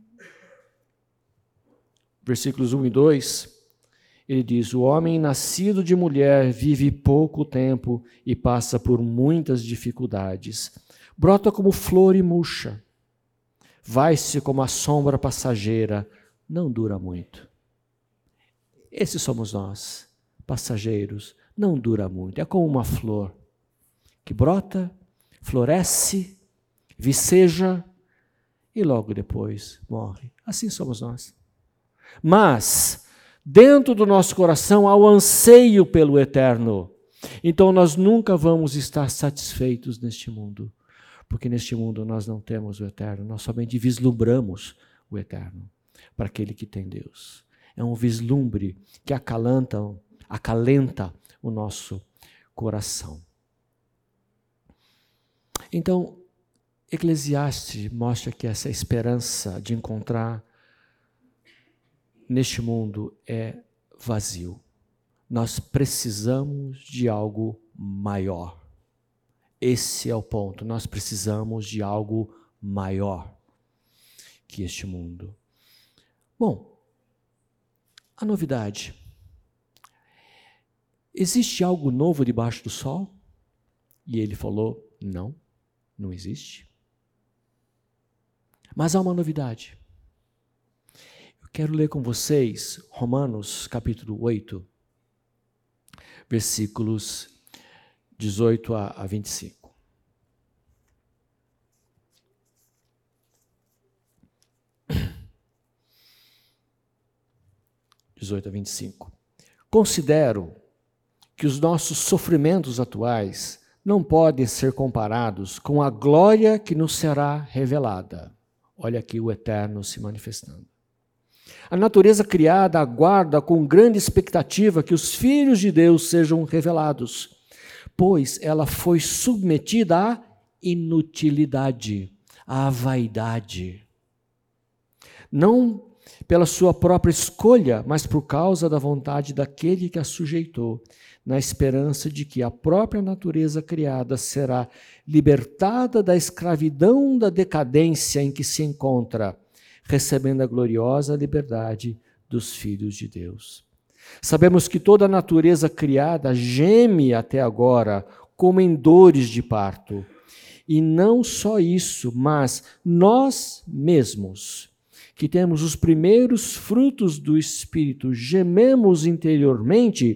versículos 1 e 2, ele diz: o homem nascido de mulher vive pouco tempo e passa por muitas dificuldades. Brota como flor e murcha. Vai-se como a sombra passageira, não dura muito. Esses somos nós, passageiros, não dura muito. É como uma flor que brota, floresce, viceja e logo depois morre. Assim somos nós. Mas, dentro do nosso coração há o anseio pelo eterno. Então nós nunca vamos estar satisfeitos neste mundo, porque neste mundo nós não temos o eterno, nós somente vislumbramos o eterno para aquele que tem Deus. É um vislumbre que acalenta o nosso coração. Então, Eclesiastes mostra que essa esperança de encontrar neste mundo é vazio. Nós precisamos de algo maior. Esse é o ponto. Nós precisamos de algo maior que este mundo. Bom, a novidade. Existe algo novo debaixo do sol? E ele falou, não, não existe. Mas há uma novidade. Eu quero ler com vocês Romanos capítulo 8, versículos 18 a 25. Considero que os nossos sofrimentos atuais não podem ser comparados com a glória que nos será revelada. Olha aqui o Eterno se manifestando. A natureza criada aguarda com grande expectativa que os filhos de Deus sejam revelados, pois ela foi submetida à inutilidade, à vaidade. Não pela sua própria escolha, mas por causa da vontade daquele que a sujeitou, na esperança de que a própria natureza criada será libertada da escravidão da decadência em que se encontra, recebendo a gloriosa liberdade dos filhos de Deus. Sabemos que toda a natureza criada geme até agora, como em dores de parto. E não só isso, mas nós mesmos, que temos os primeiros frutos do Espírito, gememos interiormente,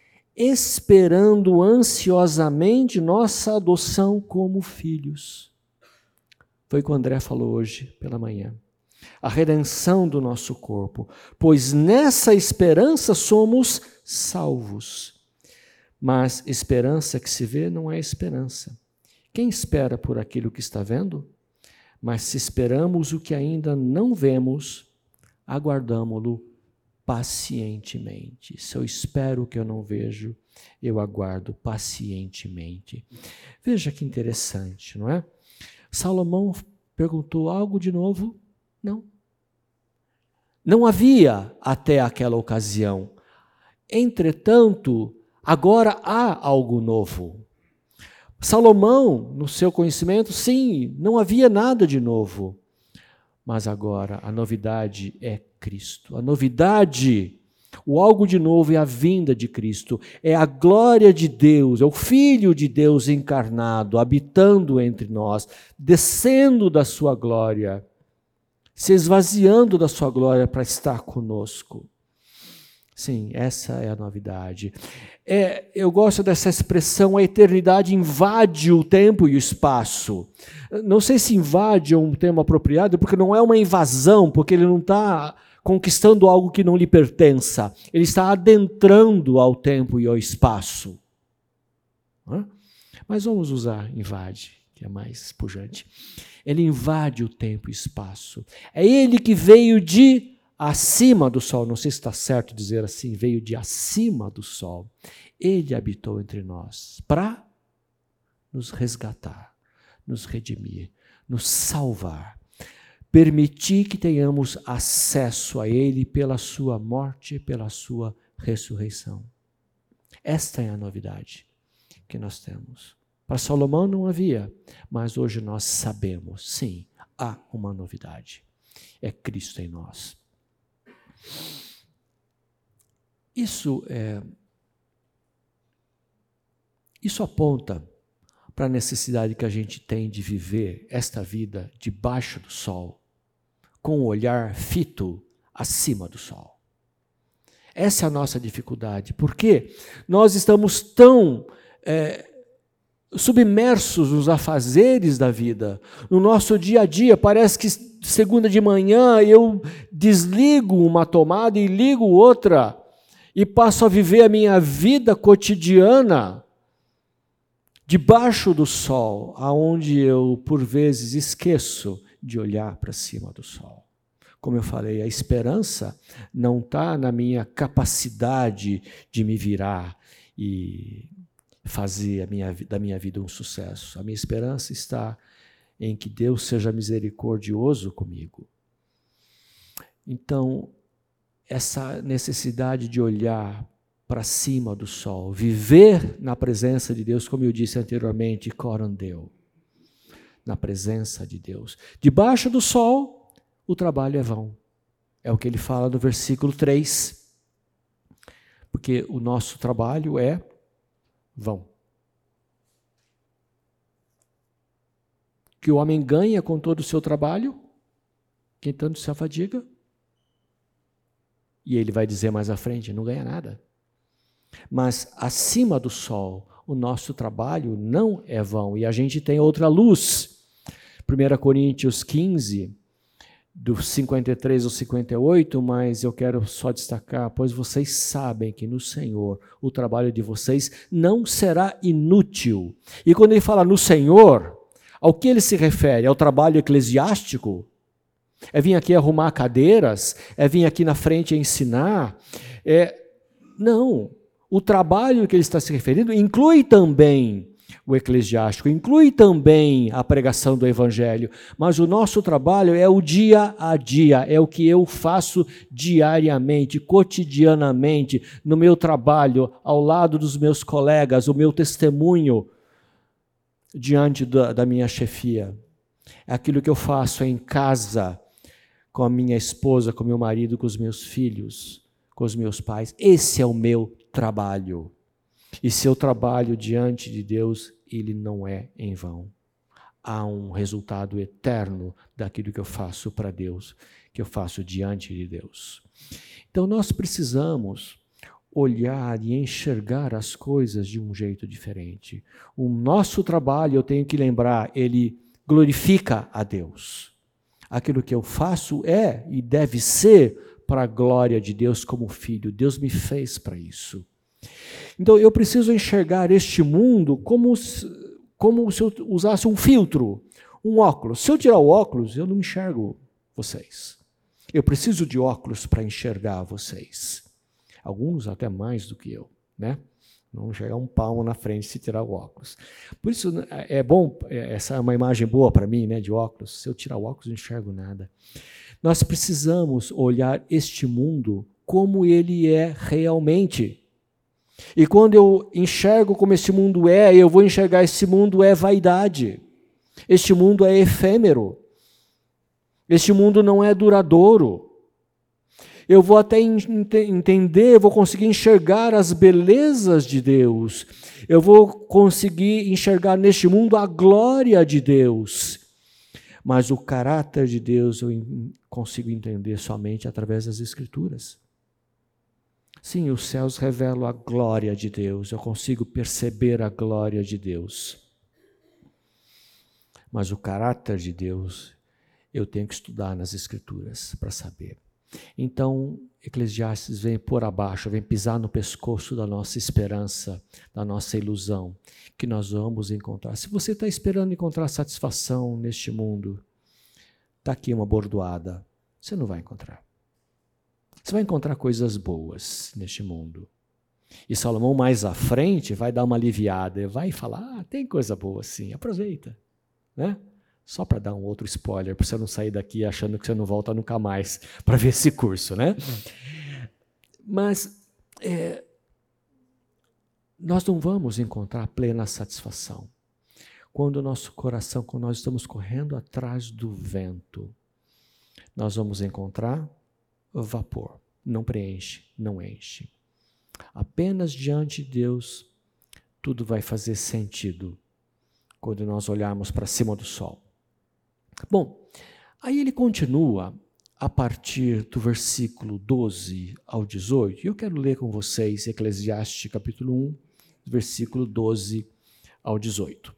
esperando ansiosamente nossa adoção como filhos. Foi o que o André falou hoje pela manhã. A redenção do nosso corpo, pois nessa esperança somos salvos. Mas esperança que se vê não é esperança. Quem espera por aquilo que está vendo? Mas se esperamos o que ainda não vemos, aguardamo-lo pacientemente. Se eu espero o que eu não vejo, eu aguardo pacientemente. Veja que interessante, não é? Salomão perguntou algo de novo? Não. Não havia até aquela ocasião. Entretanto, agora há algo novo. Salomão, no seu conhecimento, sim, não havia nada de novo. Mas agora a novidade é Cristo. A novidade, o algo de novo é a vinda de Cristo. É a glória de Deus, é o Filho de Deus encarnado, habitando entre nós, descendo da sua glória, se esvaziando da sua glória para estar conosco. Sim, essa é a novidade. Eu gosto dessa expressão, a eternidade invade o tempo e o espaço. Não sei se invade é um termo apropriado, porque não é uma invasão, porque ele não está conquistando algo que não lhe pertença. Ele está adentrando ao tempo e ao espaço. Mas vamos usar invade, que é mais pujante. Ele invade o tempo e espaço. É ele que veio de acima do sol, não sei se está certo dizer assim, veio de acima do sol. Ele habitou entre nós para nos resgatar, nos redimir, nos salvar, permitir que tenhamos acesso a Ele pela sua morte e pela sua ressurreição. Esta é a novidade que nós temos. Para Salomão não havia, mas hoje nós sabemos, sim, há uma novidade. É Cristo em nós. Isso aponta para a necessidade que a gente tem de viver esta vida debaixo do sol, com o olhar fito acima do sol. Essa é a nossa dificuldade, porque nós estamos tão submersos nos afazeres da vida, no nosso dia a dia. Parece que segunda de manhã eu desligo uma tomada e ligo outra, e passo a viver a minha vida cotidiana debaixo do sol, aonde eu, por vezes, esqueço de olhar para cima do sol. Como eu falei, a esperança não está na minha capacidade de me virar e fazer da minha vida um sucesso. A minha esperança está em que Deus seja misericordioso comigo. Então, essa necessidade de olhar para cima do sol, viver na presença de Deus, como eu disse anteriormente, corandeu, na presença de Deus. Debaixo do sol, o trabalho é vão. É o que ele fala no versículo 3. Porque o nosso trabalho é vão. Que o homem ganha com todo o seu trabalho, quem tanto se afadiga. E ele vai dizer mais à frente, não ganha nada. Mas acima do sol, o nosso trabalho não é vão. E a gente tem outra luz. 1 Coríntios 15, do 53 ao 58, mas eu quero só destacar, pois vocês sabem que no Senhor o trabalho de vocês não será inútil. E quando ele fala no Senhor, ao que ele se refere? Ao trabalho eclesiástico? É vir aqui arrumar cadeiras? É vir aqui na frente ensinar? Não. O trabalho que ele está se referindo inclui também o eclesiástico, inclui também a pregação do evangelho, mas o nosso trabalho é o dia a dia, é o que eu faço diariamente, cotidianamente, no meu trabalho, ao lado dos meus colegas, o meu testemunho diante da minha chefia. É aquilo que eu faço em casa, com a minha esposa, com o meu marido, com os meus filhos, com os meus pais. Esse é o meu trabalho. E se eu trabalho diante de Deus, ele não é em vão. Há um resultado eterno daquilo que eu faço para Deus, que eu faço diante de Deus. Então nós precisamos olhar e enxergar as coisas de um jeito diferente. O nosso trabalho, eu tenho que lembrar, ele glorifica a Deus. Aquilo que eu faço é e deve ser para a glória de Deus como filho. Deus me fez para isso. Então eu preciso enxergar este mundo como se eu usasse um filtro, um óculos. Se eu tirar o óculos, eu não enxergo vocês. Eu preciso de óculos para enxergar vocês. Alguns até mais do que eu, né? Não chegar um palmo na frente se tirar o óculos. Por isso é bom, essa é uma imagem boa para mim, né, de óculos. Se eu tirar o óculos, eu não enxergo nada. Nós precisamos olhar este mundo como ele é realmente. E quando eu enxergo como esse mundo é, eu vou enxergar esse mundo é vaidade. Este mundo é efêmero. Este mundo não é duradouro. Eu vou até entender, eu vou conseguir enxergar as belezas de Deus. Eu vou conseguir enxergar neste mundo a glória de Deus. Mas o caráter de Deus eu consigo entender somente através das Escrituras. Sim, os céus revelam a glória de Deus, eu consigo perceber a glória de Deus. Mas o caráter de Deus eu tenho que estudar nas Escrituras para saber. Então, Eclesiastes vem por abaixo, vem pisar no pescoço da nossa esperança, da nossa ilusão, que nós vamos encontrar. Se você está esperando encontrar satisfação neste mundo, está aqui uma bordoada, você não vai encontrar. Você vai encontrar coisas boas neste mundo. E Salomão, mais à frente, vai dar uma aliviada, vai falar, tem coisa boa sim, aproveita. Né? Só para dar um outro spoiler, para você não sair daqui achando que você não volta nunca mais para ver esse curso. Né? Mas nós não vamos encontrar plena satisfação quando o nosso coração, quando nós estamos correndo atrás do vento. Nós vamos encontrar vapor, não preenche, não enche. Apenas diante de Deus, tudo vai fazer sentido quando nós olharmos para cima do sol. Bom, aí ele continua a partir do versículo 12 ao 18, e eu quero ler com vocês Eclesiastes capítulo 1, versículo 12 ao 18.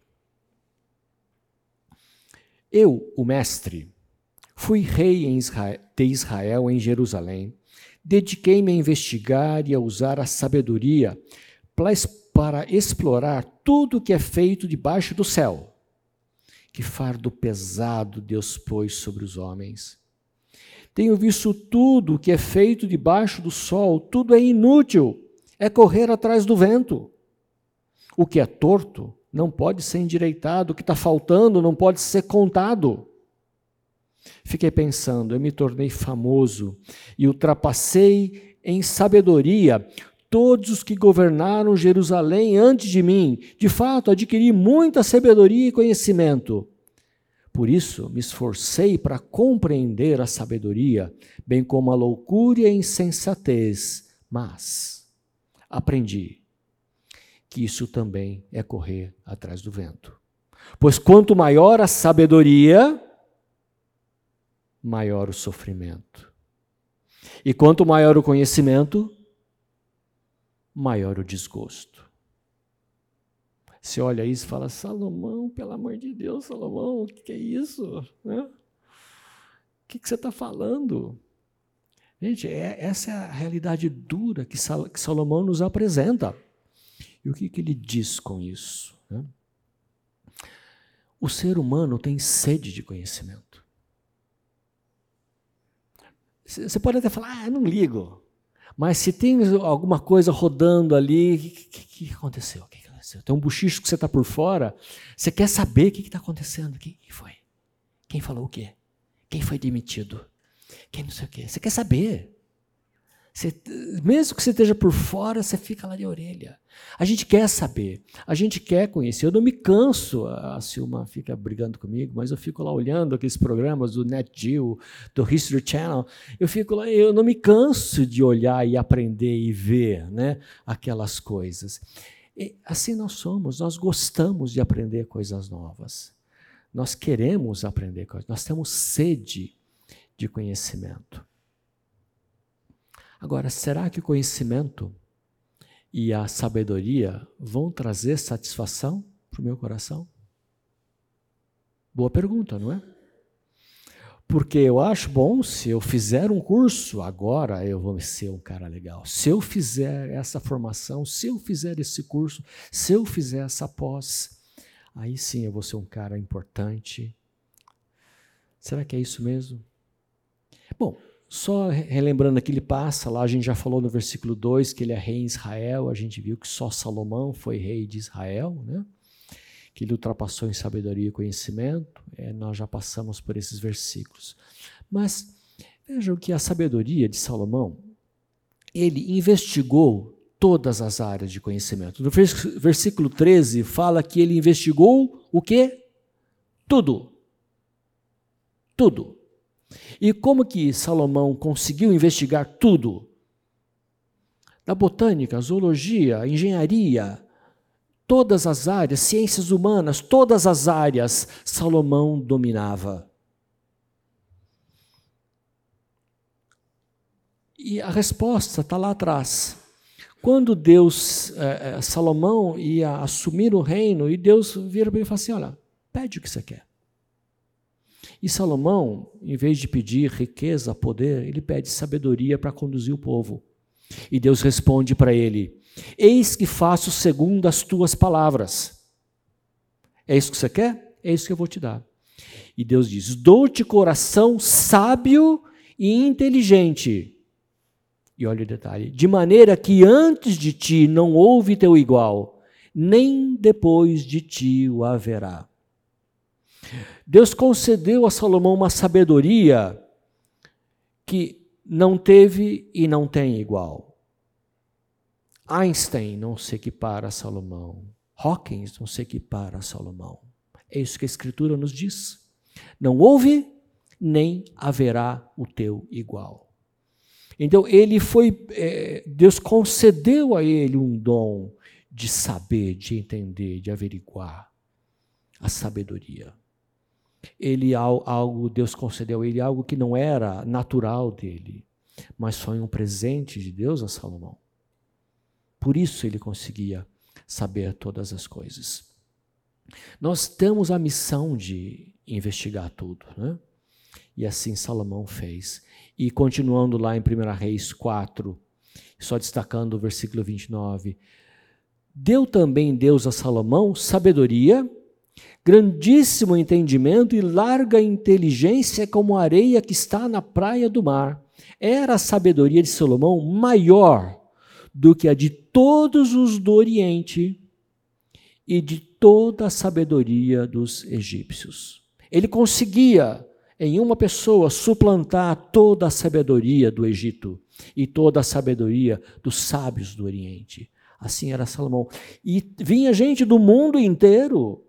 Eu, o mestre, fui rei de Israel em Jerusalém, dediquei-me a investigar e a usar a sabedoria para explorar tudo que é feito debaixo do céu. Que fardo pesado Deus pôs sobre os homens. Tenho visto tudo que é feito debaixo do sol, tudo é inútil, é correr atrás do vento. O que é torto não pode ser endireitado, o que está faltando não pode ser contado. Fiquei pensando, eu me tornei famoso e ultrapassei em sabedoria todos os que governaram Jerusalém antes de mim. De fato, adquiri muita sabedoria e conhecimento. Por isso, me esforcei para compreender a sabedoria, bem como a loucura e a insensatez. Mas aprendi que isso também é correr atrás do vento. Pois quanto maior a sabedoria, maior o sofrimento. E quanto maior o conhecimento, maior o desgosto. Você olha isso e fala, Salomão, pelo amor de Deus, Salomão, o que é isso? O que você está falando? Gente, essa é a realidade dura que Salomão nos apresenta. E o que ele diz com isso? O ser humano tem sede de conhecimento. Você pode até falar, não ligo. Mas se tem alguma coisa rodando ali, o que aconteceu? O que aconteceu? Tem um bochicho que você está por fora, você quer saber o que está acontecendo. Quem foi? Quem falou o quê? Quem foi demitido? Quem não sei o quê? Você quer saber. Mesmo que você esteja por fora, você fica lá de orelha. A gente quer saber, a gente quer conhecer. Eu não me canso, a Silma fica brigando comigo, mas eu fico lá olhando aqueles programas do Nat Geo, do History Channel, eu fico lá, eu não me canso de olhar e aprender e ver, né, aquelas coisas. E assim nós somos, nós gostamos de aprender coisas novas. Nós queremos aprender coisas, nós temos sede de conhecimento. Agora, será que o conhecimento e a sabedoria vão trazer satisfação para o meu coração? Boa pergunta, não é? Porque eu acho bom, se eu fizer um curso, agora eu vou ser um cara legal. Se eu fizer essa formação, se eu fizer esse curso, se eu fizer essa pós, aí sim eu vou ser um cara importante. Será que é isso mesmo? Bom, só relembrando que ele passa lá, a gente já falou no versículo 2 que ele é rei em Israel, a gente viu que só Salomão foi rei de Israel, né? Que ele ultrapassou em sabedoria e conhecimento, nós já passamos por esses versículos. Mas vejam que a sabedoria de Salomão, ele investigou todas as áreas de conhecimento. No versículo 13 fala que ele investigou o quê? Tudo. Tudo. E como que Salomão conseguiu investigar tudo? Da botânica, zoologia, engenharia, todas as áreas, ciências humanas, todas as áreas, Salomão dominava. E a resposta está lá atrás. Quando Salomão ia assumir o reino, e Deus vira para ele e fala assim, olha, pede o que você quer. E Salomão, em vez de pedir riqueza, poder, ele pede sabedoria para conduzir o povo. E Deus responde para ele, eis que faço segundo as tuas palavras. É isso que você quer? É isso que eu vou te dar. E Deus diz, dou-te coração sábio e inteligente. E olha o detalhe: de maneira que antes de ti não houve teu igual, nem depois de ti o haverá. Deus concedeu a Salomão uma sabedoria que não teve e não tem igual. Einstein não se equipara a Salomão. Hawkins não se equipara a Salomão. É isso que a Escritura nos diz. Não houve, nem haverá o teu igual. Então, Deus concedeu a ele um dom de saber, de entender, de averiguar a sabedoria. Deus concedeu a ele algo que não era natural dele, mas foi um presente de Deus a Salomão. Por isso ele conseguia saber todas as coisas. Nós temos a missão de investigar tudo, né? E assim Salomão fez. E continuando lá em 1 Reis 4, só destacando o versículo 29, deu também Deus a Salomão sabedoria, grandíssimo entendimento e larga inteligência como a areia que está na praia do mar. Era a sabedoria de Salomão maior do que a de todos os do Oriente e de toda a sabedoria dos egípcios. Ele conseguia, em uma pessoa, suplantar toda a sabedoria do Egito e toda a sabedoria dos sábios do Oriente. Assim era Salomão. E vinha gente do mundo inteiro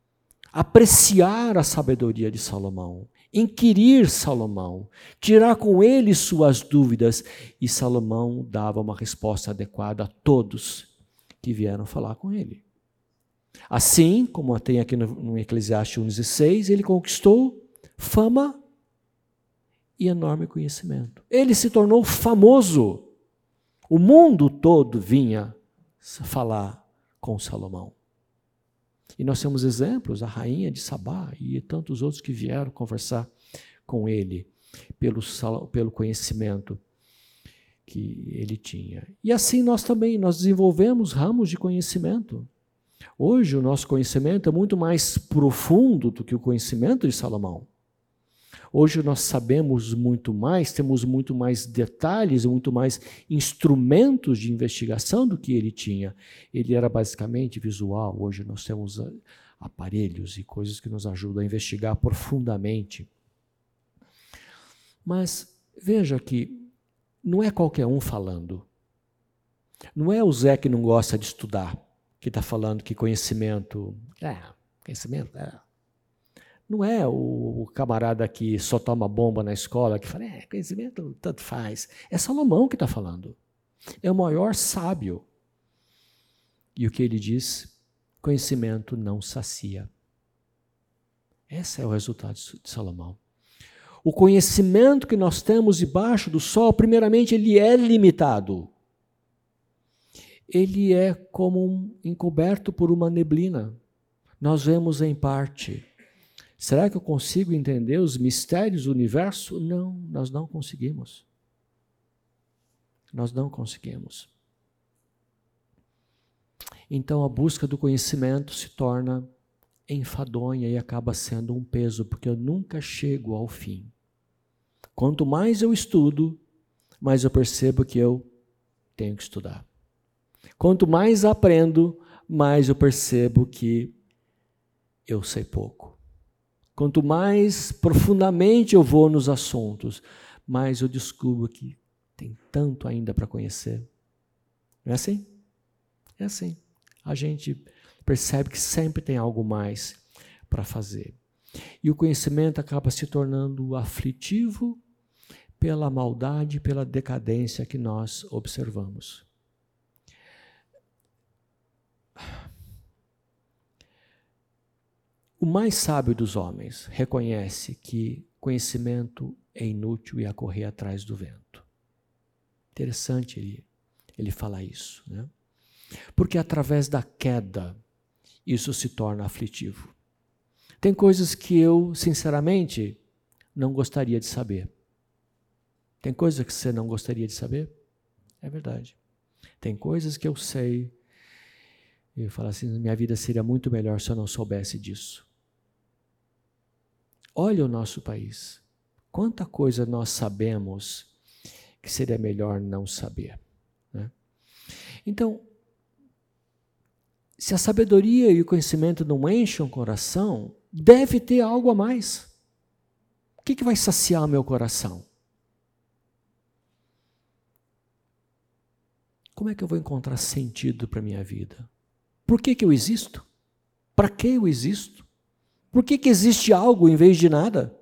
apreciar a sabedoria de Salomão, inquirir Salomão, tirar com ele suas dúvidas, e Salomão dava uma resposta adequada a todos que vieram falar com ele. Assim, como tem aqui no Eclesiastes 1,16, ele conquistou fama e enorme conhecimento. Ele se tornou famoso. O mundo todo vinha falar com Salomão. E nós temos exemplos, a rainha de Sabá e tantos outros que vieram conversar com ele pelo conhecimento que ele tinha. E assim nós desenvolvemos ramos de conhecimento. Hoje o nosso conhecimento é muito mais profundo do que o conhecimento de Salomão. Hoje nós sabemos muito mais, temos muito mais detalhes, muito mais instrumentos de investigação do que ele tinha. Ele era basicamente visual. Hoje nós temos aparelhos e coisas que nos ajudam a investigar profundamente. Mas veja que não é qualquer um falando. Não é o Zé que não gosta de estudar que está falando que conhecimento. Não é o camarada que só toma bomba na escola que fala, conhecimento tanto faz. É Salomão que está falando. É o maior sábio. E o que ele diz? Conhecimento não sacia. Esse é o resultado de Salomão. O conhecimento que nós temos debaixo do sol, primeiramente, ele é limitado. Ele é como encoberto por uma neblina. Nós vemos em parte. Será que eu consigo entender os mistérios do universo? Não, nós não conseguimos. Nós não conseguimos. Então a busca do conhecimento se torna enfadonha e acaba sendo um peso, porque eu nunca chego ao fim. Quanto mais eu estudo, mais eu percebo que eu tenho que estudar. Quanto mais aprendo, mais eu percebo que eu sei pouco. Quanto mais profundamente eu vou nos assuntos, mais eu descubro que tem tanto ainda para conhecer. Não é assim? É assim. A gente percebe que sempre tem algo mais para fazer. E o conhecimento acaba se tornando aflitivo pela maldade, pela decadência que nós observamos. O mais sábio dos homens reconhece que conhecimento é inútil e a correr atrás do vento. Interessante ele falar isso, né? Porque através da queda isso se torna aflitivo. Tem coisas que eu, sinceramente, não gostaria de saber. Tem coisas que você não gostaria de saber? É verdade. Tem coisas que eu sei e eu falo assim, minha vida seria muito melhor se eu não soubesse disso. Olha o nosso país. Quanta coisa nós sabemos que seria melhor não saber, né? Então, se a sabedoria e o conhecimento não enchem o coração, deve ter algo a mais. O que vai saciar o meu coração? Como é que eu vou encontrar sentido para a minha vida? Por que eu existo? Para que eu existo? Por que existe algo em vez de nada?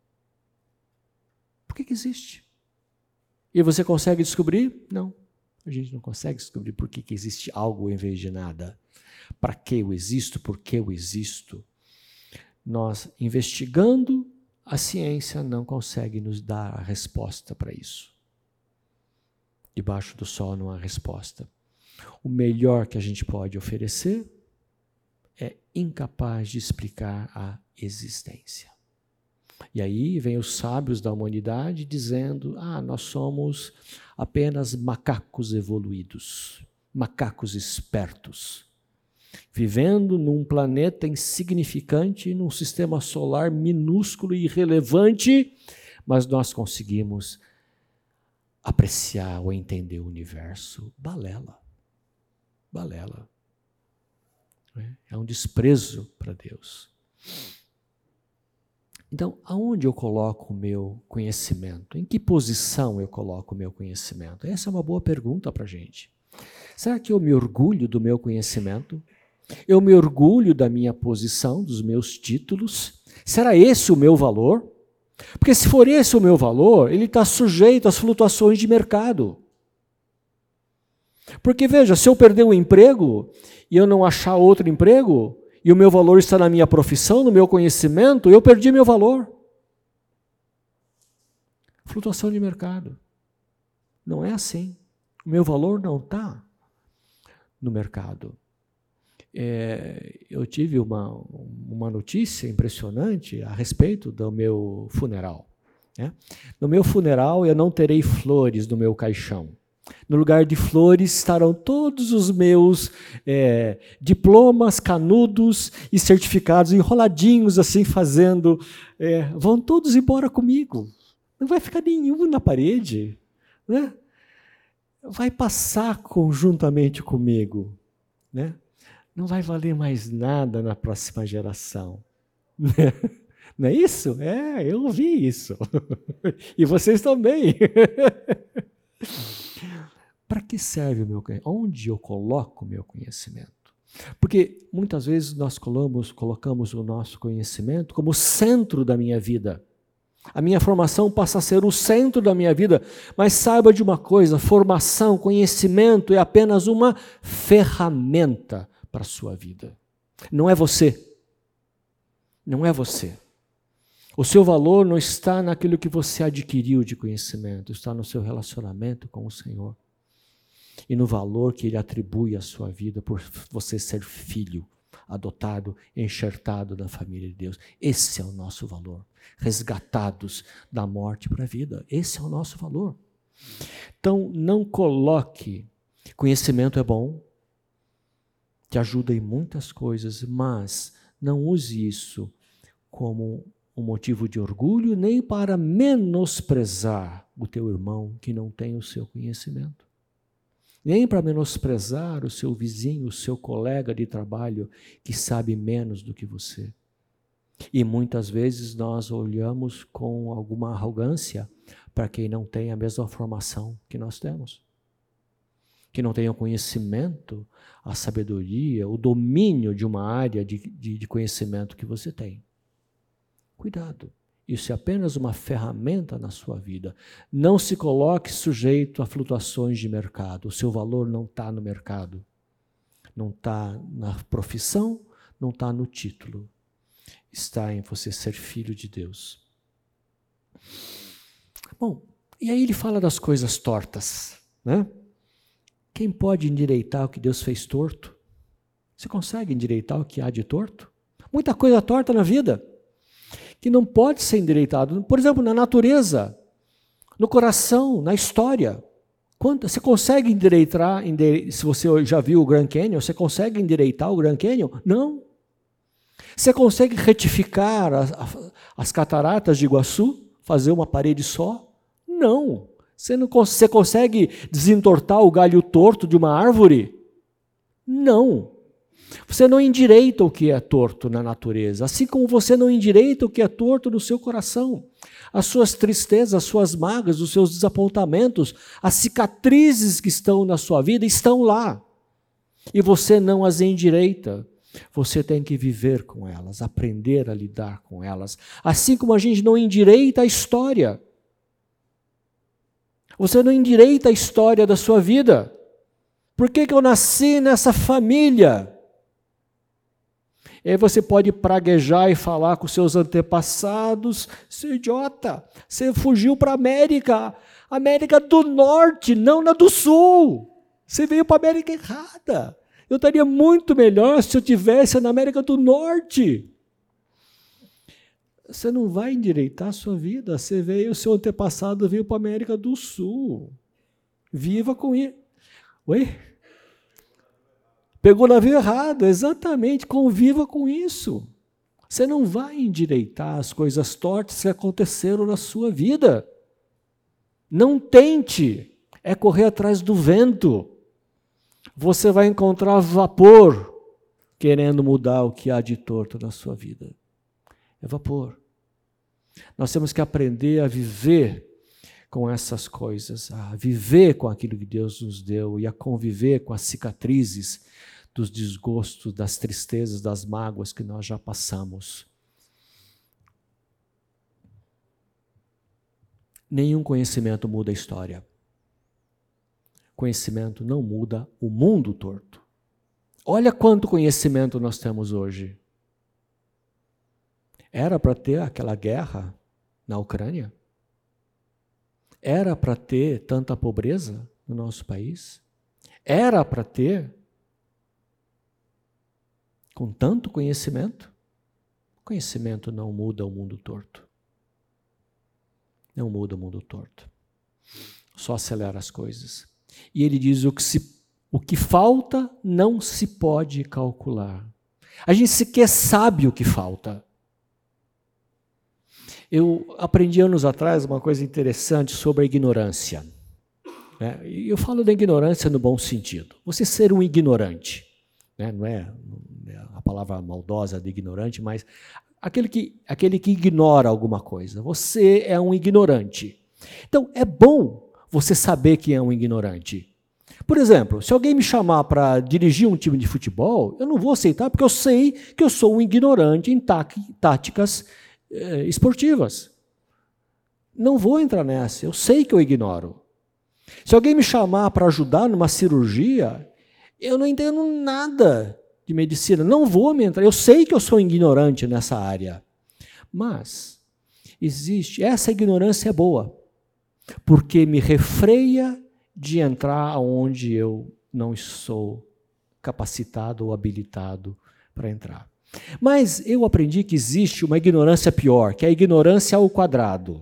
Por que existe? E você consegue descobrir? Não. A gente não consegue descobrir por que existe algo em vez de nada. Para que eu existo? Por que eu existo? Nós, investigando, a ciência não consegue nos dar a resposta para isso. Debaixo do sol não há resposta. O melhor que a gente pode oferecer é incapaz de explicar a existência. E aí vem os sábios da humanidade dizendo, nós somos apenas macacos evoluídos, macacos espertos, vivendo num planeta insignificante, num sistema solar minúsculo e irrelevante, mas nós conseguimos apreciar ou entender o universo. Balela. Balela. É um desprezo para Deus. Então, aonde eu coloco o meu conhecimento? Em que posição eu coloco o meu conhecimento? Essa é uma boa pergunta para a gente. Será que eu me orgulho do meu conhecimento? Eu me orgulho da minha posição, dos meus títulos? Será esse o meu valor? Porque se for esse o meu valor, ele está sujeito às flutuações de mercado. Porque veja, se eu perder um emprego e eu não achar outro emprego, e o meu valor está na minha profissão, no meu conhecimento, eu perdi meu valor. Flutuação de mercado. Não é assim. O meu valor não está no mercado. Eu tive uma notícia impressionante a respeito do meu funeral. Né? No meu funeral eu não terei flores no meu caixão. No lugar de flores estarão todos os meus diplomas, canudos e certificados enroladinhos assim fazendo. Vão todos embora comigo. Não vai ficar nenhum na parede. Né? Vai passar conjuntamente comigo. Né? Não vai valer mais nada na próxima geração. Não é isso? Eu ouvi isso. E vocês também. Para que serve o meu conhecimento? Onde eu coloco o meu conhecimento? Porque muitas vezes nós colocamos o nosso conhecimento como centro da minha vida. A minha formação passa a ser o centro da minha vida, mas saiba de uma coisa, formação, conhecimento é apenas uma ferramenta para a sua vida. Não é você. Não é você. O seu valor não está naquilo que você adquiriu de conhecimento, está no seu relacionamento com o Senhor. E no valor que Ele atribui à sua vida por você ser filho, adotado, enxertado na família de Deus. Esse é o nosso valor. Resgatados da morte para a vida. Esse é o nosso valor. Então, não coloque. Conhecimento é bom, te ajuda em muitas coisas, mas não use isso como um motivo de orgulho, nem para menosprezar o teu irmão que não tem o seu conhecimento. Nem para menosprezar o seu vizinho, o seu colega de trabalho que sabe menos do que você. E muitas vezes nós olhamos com alguma arrogância para quem não tem a mesma formação que nós temos. Que não tem o conhecimento, a sabedoria, o domínio de uma área de conhecimento que você tem. Cuidado. Isso é apenas uma ferramenta na sua vida. Não se coloque sujeito a flutuações de mercado. O seu valor não está no mercado. Não está na profissão, não está no título. Está em você ser filho de Deus. Bom, e aí ele fala das coisas tortas, né? Quem pode endireitar o que Deus fez torto? Você consegue endireitar o que há de torto? Muita coisa torta na vida que não pode ser endireitado. Por exemplo, na natureza, no coração, na história. Você consegue endireitar, se você já viu o Grand Canyon, você consegue endireitar o Grand Canyon? Não. Você consegue retificar as cataratas de Iguaçu? Fazer uma parede só? Não. Você consegue desentortar o galho torto de uma árvore? Não. Você não endireita o que é torto na natureza, assim como você não endireita o que é torto no seu coração. As suas tristezas, as suas mágoas, os seus desapontamentos, as cicatrizes que estão na sua vida estão lá. E você não as endireita. Você tem que viver com elas, aprender a lidar com elas. Assim como a gente não endireita a história. Você não endireita a história da sua vida. Por que eu nasci nessa família? E aí você pode praguejar e falar com seus antepassados, seu idiota, você fugiu para a América do Norte, não na do Sul. Você veio para a América errada. Eu estaria muito melhor se eu estivesse na América do Norte. Você não vai endireitar a sua vida. O seu antepassado veio para a América do Sul. Viva com isso. Oi? Pegou o navio errado, exatamente, conviva com isso. Você não vai endireitar as coisas tortas que aconteceram na sua vida. Não tente, é correr atrás do vento. Você vai encontrar vapor querendo mudar o que há de torto na sua vida. É vapor. Nós temos que aprender a viver com essas coisas, a viver com aquilo que Deus nos deu e a conviver com as cicatrizes dos desgostos, das tristezas, das mágoas que nós já passamos. Nenhum conhecimento muda a história. Conhecimento não muda o mundo torto. Olha quanto conhecimento nós temos hoje. Era para ter aquela guerra na Ucrânia? Era para ter tanta pobreza no nosso país? Era para ter com tanto conhecimento? Conhecimento não muda o mundo torto. Não muda o mundo torto. Só acelera as coisas. E ele diz o que falta não se pode calcular. A gente sequer sabe o que falta. Eu aprendi anos atrás uma coisa interessante sobre a ignorância. Eu falo da ignorância no bom sentido. Você ser um ignorante. Não é a palavra maldosa de ignorante, mas aquele que ignora alguma coisa. Você é um ignorante. Então, é bom você saber que é um ignorante. Por exemplo, se alguém me chamar para dirigir um time de futebol, eu não vou aceitar porque eu sei que eu sou um ignorante em táticas esportivas. Não vou entrar nessa, eu sei que eu ignoro. Se alguém me chamar para ajudar numa cirurgia, eu não entendo nada de medicina, não vou me entrar, eu sei que eu sou ignorante nessa área. Mas essa ignorância é boa, porque me refreia de entrar onde eu não sou capacitado ou habilitado para entrar. Mas eu aprendi que existe uma ignorância pior, que é a ignorância ao quadrado.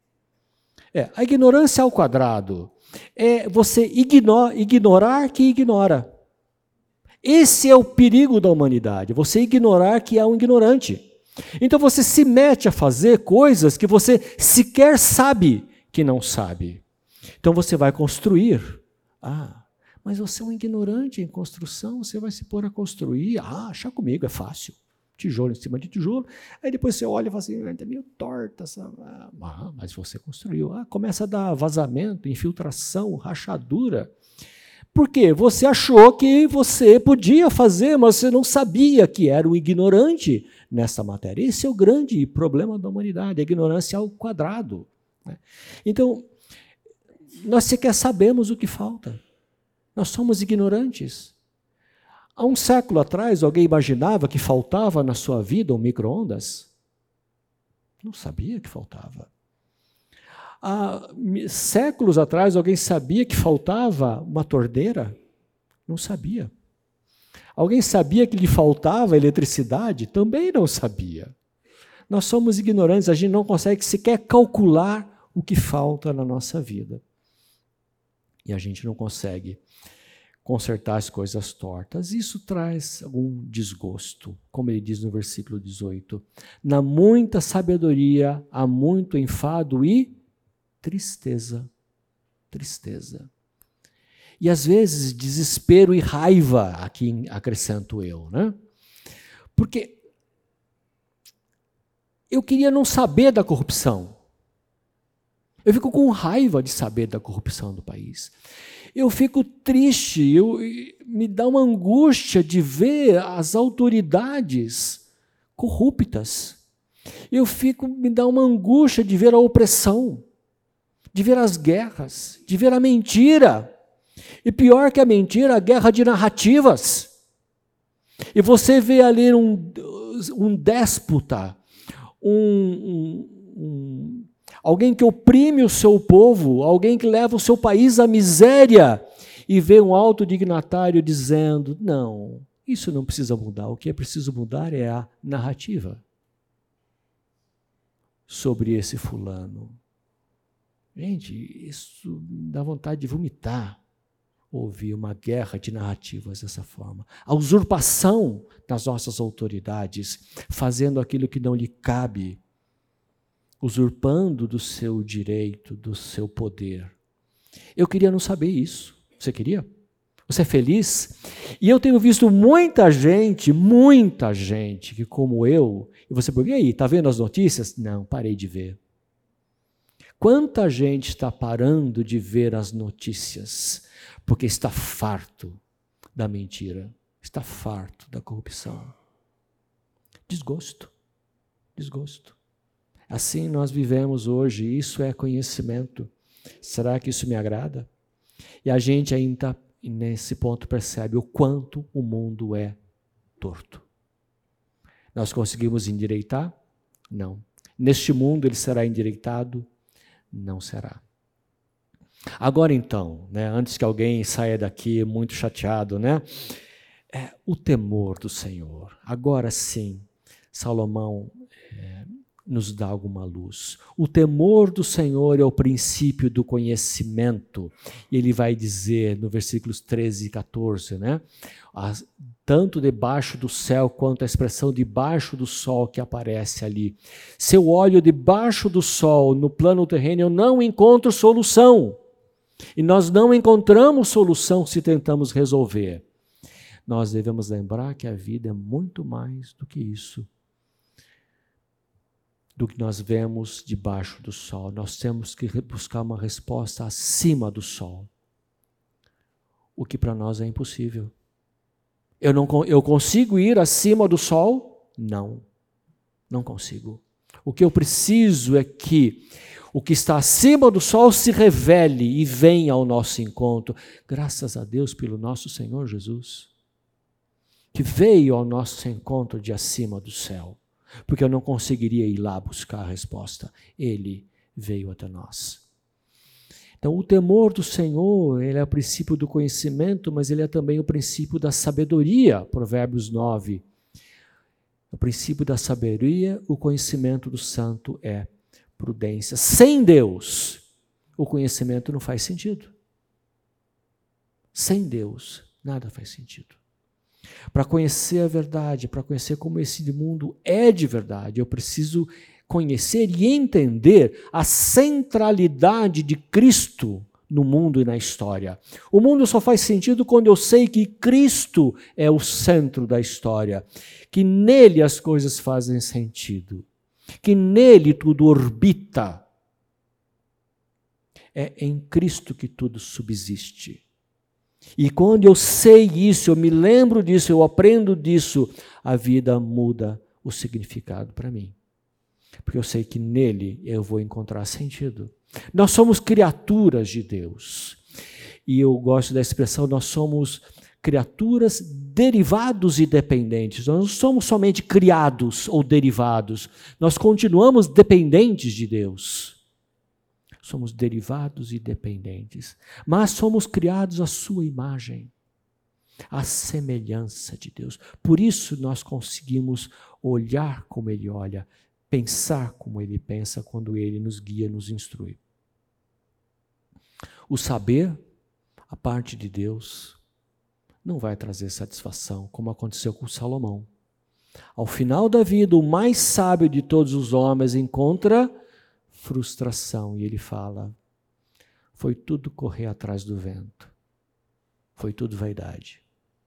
A ignorância ao quadrado é você ignorar que ignora. Esse é o perigo da humanidade, você ignorar que é um ignorante. Então você se mete a fazer coisas que você sequer sabe que não sabe. Então você vai construir. Mas você é um ignorante em construção, você vai se pôr a construir. Achar comigo é fácil. Tijolo em cima de tijolo. Aí depois você olha e fala assim, está meio torta. Mas você construiu. Começa a dar vazamento, infiltração, rachadura. Por quê? Você achou que você podia fazer, mas você não sabia que era um ignorante nessa matéria. Esse é o grande problema da humanidade, a ignorância ao quadrado. Então, nós sequer sabemos o que falta. Nós somos ignorantes. Há um século atrás, alguém imaginava que faltava na sua vida um micro-ondas? Não sabia que faltava. Há séculos atrás, alguém sabia que faltava uma torneira? Não sabia. Alguém sabia que lhe faltava eletricidade? Também não sabia. Nós somos ignorantes, a gente não consegue sequer calcular o que falta na nossa vida. E a gente não consegue consertar as coisas tortas. Isso traz algum desgosto, como ele diz no versículo 18. Na muita sabedoria há muito enfado e tristeza. tristeza. E às vezes desespero e raiva, aqui acrescento eu, né? Porque eu queria não saber da corrupção. Eu fico com raiva de saber da corrupção do país. Eu fico triste, me dá uma angústia de ver as autoridades corruptas. Me dá uma angústia de ver a opressão, de ver as guerras, de ver a mentira. E pior que a mentira, a guerra de narrativas. E você vê ali um déspota, alguém que oprime o seu povo, alguém que leva o seu país à miséria, e vê um autodignatário dizendo, não, isso não precisa mudar, o que é preciso mudar é a narrativa sobre esse fulano. Gente, isso dá vontade de vomitar, ouvir uma guerra de narrativas dessa forma. A usurpação das nossas autoridades, fazendo aquilo que não lhe cabe, usurpando do seu direito, do seu poder. Eu queria não saber isso. Você queria? Você é feliz? E eu tenho visto muita gente que como eu, e você pergunta, e aí, está vendo as notícias? Não, parei de ver. Quanta gente está parando de ver as notícias porque está farto da mentira, está farto da corrupção. Desgosto. Assim nós vivemos hoje, isso é conhecimento. Será que isso me agrada? E a gente ainda nesse ponto percebe o quanto o mundo é torto. Nós conseguimos endireitar? Não. Neste mundo ele será endireitado? Não será. Agora então, antes que alguém saia daqui muito chateado, o temor do Senhor. Agora sim, Salomão nos dá alguma luz. O temor do Senhor é o princípio do conhecimento. Ele vai dizer no versículos 13 e 14, tanto debaixo do céu quanto a expressão debaixo do sol que aparece ali. Se eu olho debaixo do sol, no plano terreno, eu não encontro solução. E nós não encontramos solução se tentamos resolver. Nós devemos lembrar que a vida é muito mais do que isso, do que nós vemos debaixo do sol. Nós temos que buscar uma resposta acima do sol, o que para nós é impossível. Eu consigo ir acima do sol? Não consigo. O que eu preciso é que o que está acima do sol se revele e venha ao nosso encontro. Graças a Deus pelo nosso Senhor Jesus, que veio ao nosso encontro de acima do céu, porque eu não conseguiria ir lá buscar a resposta. Ele veio até nós. Então, o temor do Senhor, ele é o princípio do conhecimento, mas ele é também o princípio da sabedoria. Provérbios 9. O princípio da sabedoria, o conhecimento do santo é prudência. Sem Deus, o conhecimento não faz sentido. Sem Deus, nada faz sentido. Para conhecer a verdade, para conhecer como esse mundo é de verdade, eu preciso conhecer e entender a centralidade de Cristo no mundo e na história. O mundo só faz sentido quando eu sei que Cristo é o centro da história, que nele as coisas fazem sentido, que nele tudo orbita. É em Cristo que tudo subsiste. E quando eu sei isso, eu me lembro disso, eu aprendo disso, a vida muda o significado para mim. Porque eu sei que nele eu vou encontrar sentido. Nós somos criaturas de Deus. E eu gosto da expressão, nós somos criaturas derivados e dependentes. Nós não somos somente criados ou derivados. Nós continuamos dependentes de Deus. Somos derivados e dependentes. Mas somos criados à sua imagem, à semelhança de Deus. Por isso nós conseguimos olhar como Ele olha, pensar como Ele pensa quando Ele nos guia, nos instrui. O saber, a parte de Deus, não vai trazer satisfação, como aconteceu com Salomão. Ao final da vida, o mais sábio de todos os homens encontra frustração. E ele fala, foi tudo correr atrás do vento. Foi tudo vaidade.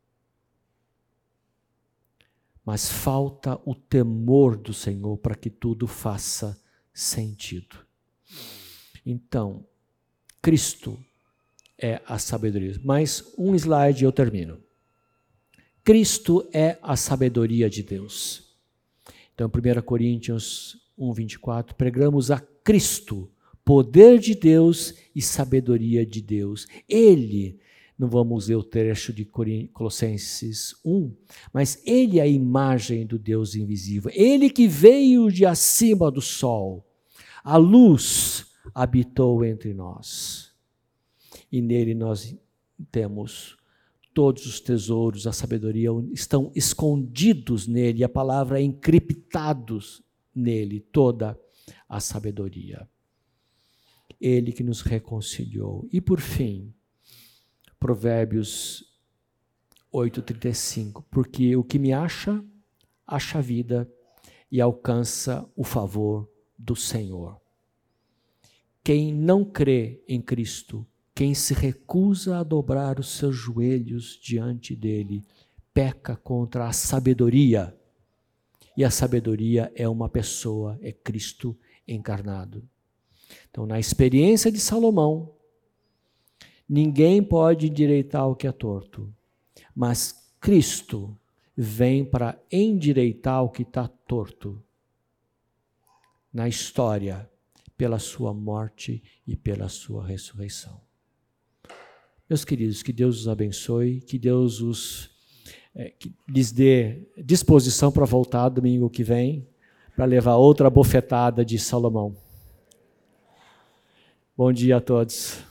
Mas falta o temor do Senhor para que tudo faça sentido. Então, Cristo é a sabedoria. Mais um slide e eu termino. Cristo é a sabedoria de Deus. Então, 1 Coríntios 1:24, pregamos a Cristo, poder de Deus e sabedoria de Deus. Ele, não vamos ler o trecho de Colossenses 1, mas ele é a imagem do Deus invisível. Ele que veio de acima do sol. A luz habitou entre nós. E nele nós temos todos os tesouros, a sabedoria estão escondidos nele. A palavra é encriptados nele, toda a sabedoria. Ele que nos reconciliou. E por fim, Provérbios 8:35, porque o que me acha, acha vida e alcança o favor do Senhor. Quem não crê em Cristo, quem se recusa a dobrar os seus joelhos diante dele, peca contra a sabedoria. E a sabedoria é uma pessoa, é Cristo encarnado. Então, na experiência de Salomão, ninguém pode endireitar o que é torto, mas Cristo vem para endireitar o que está torto na história, pela sua morte e pela sua ressurreição. Meus queridos, que Deus os abençoe, que Deus que lhes dê disposição para voltar domingo que vem, para levar outra bofetada de Salomão. Bom dia a todos.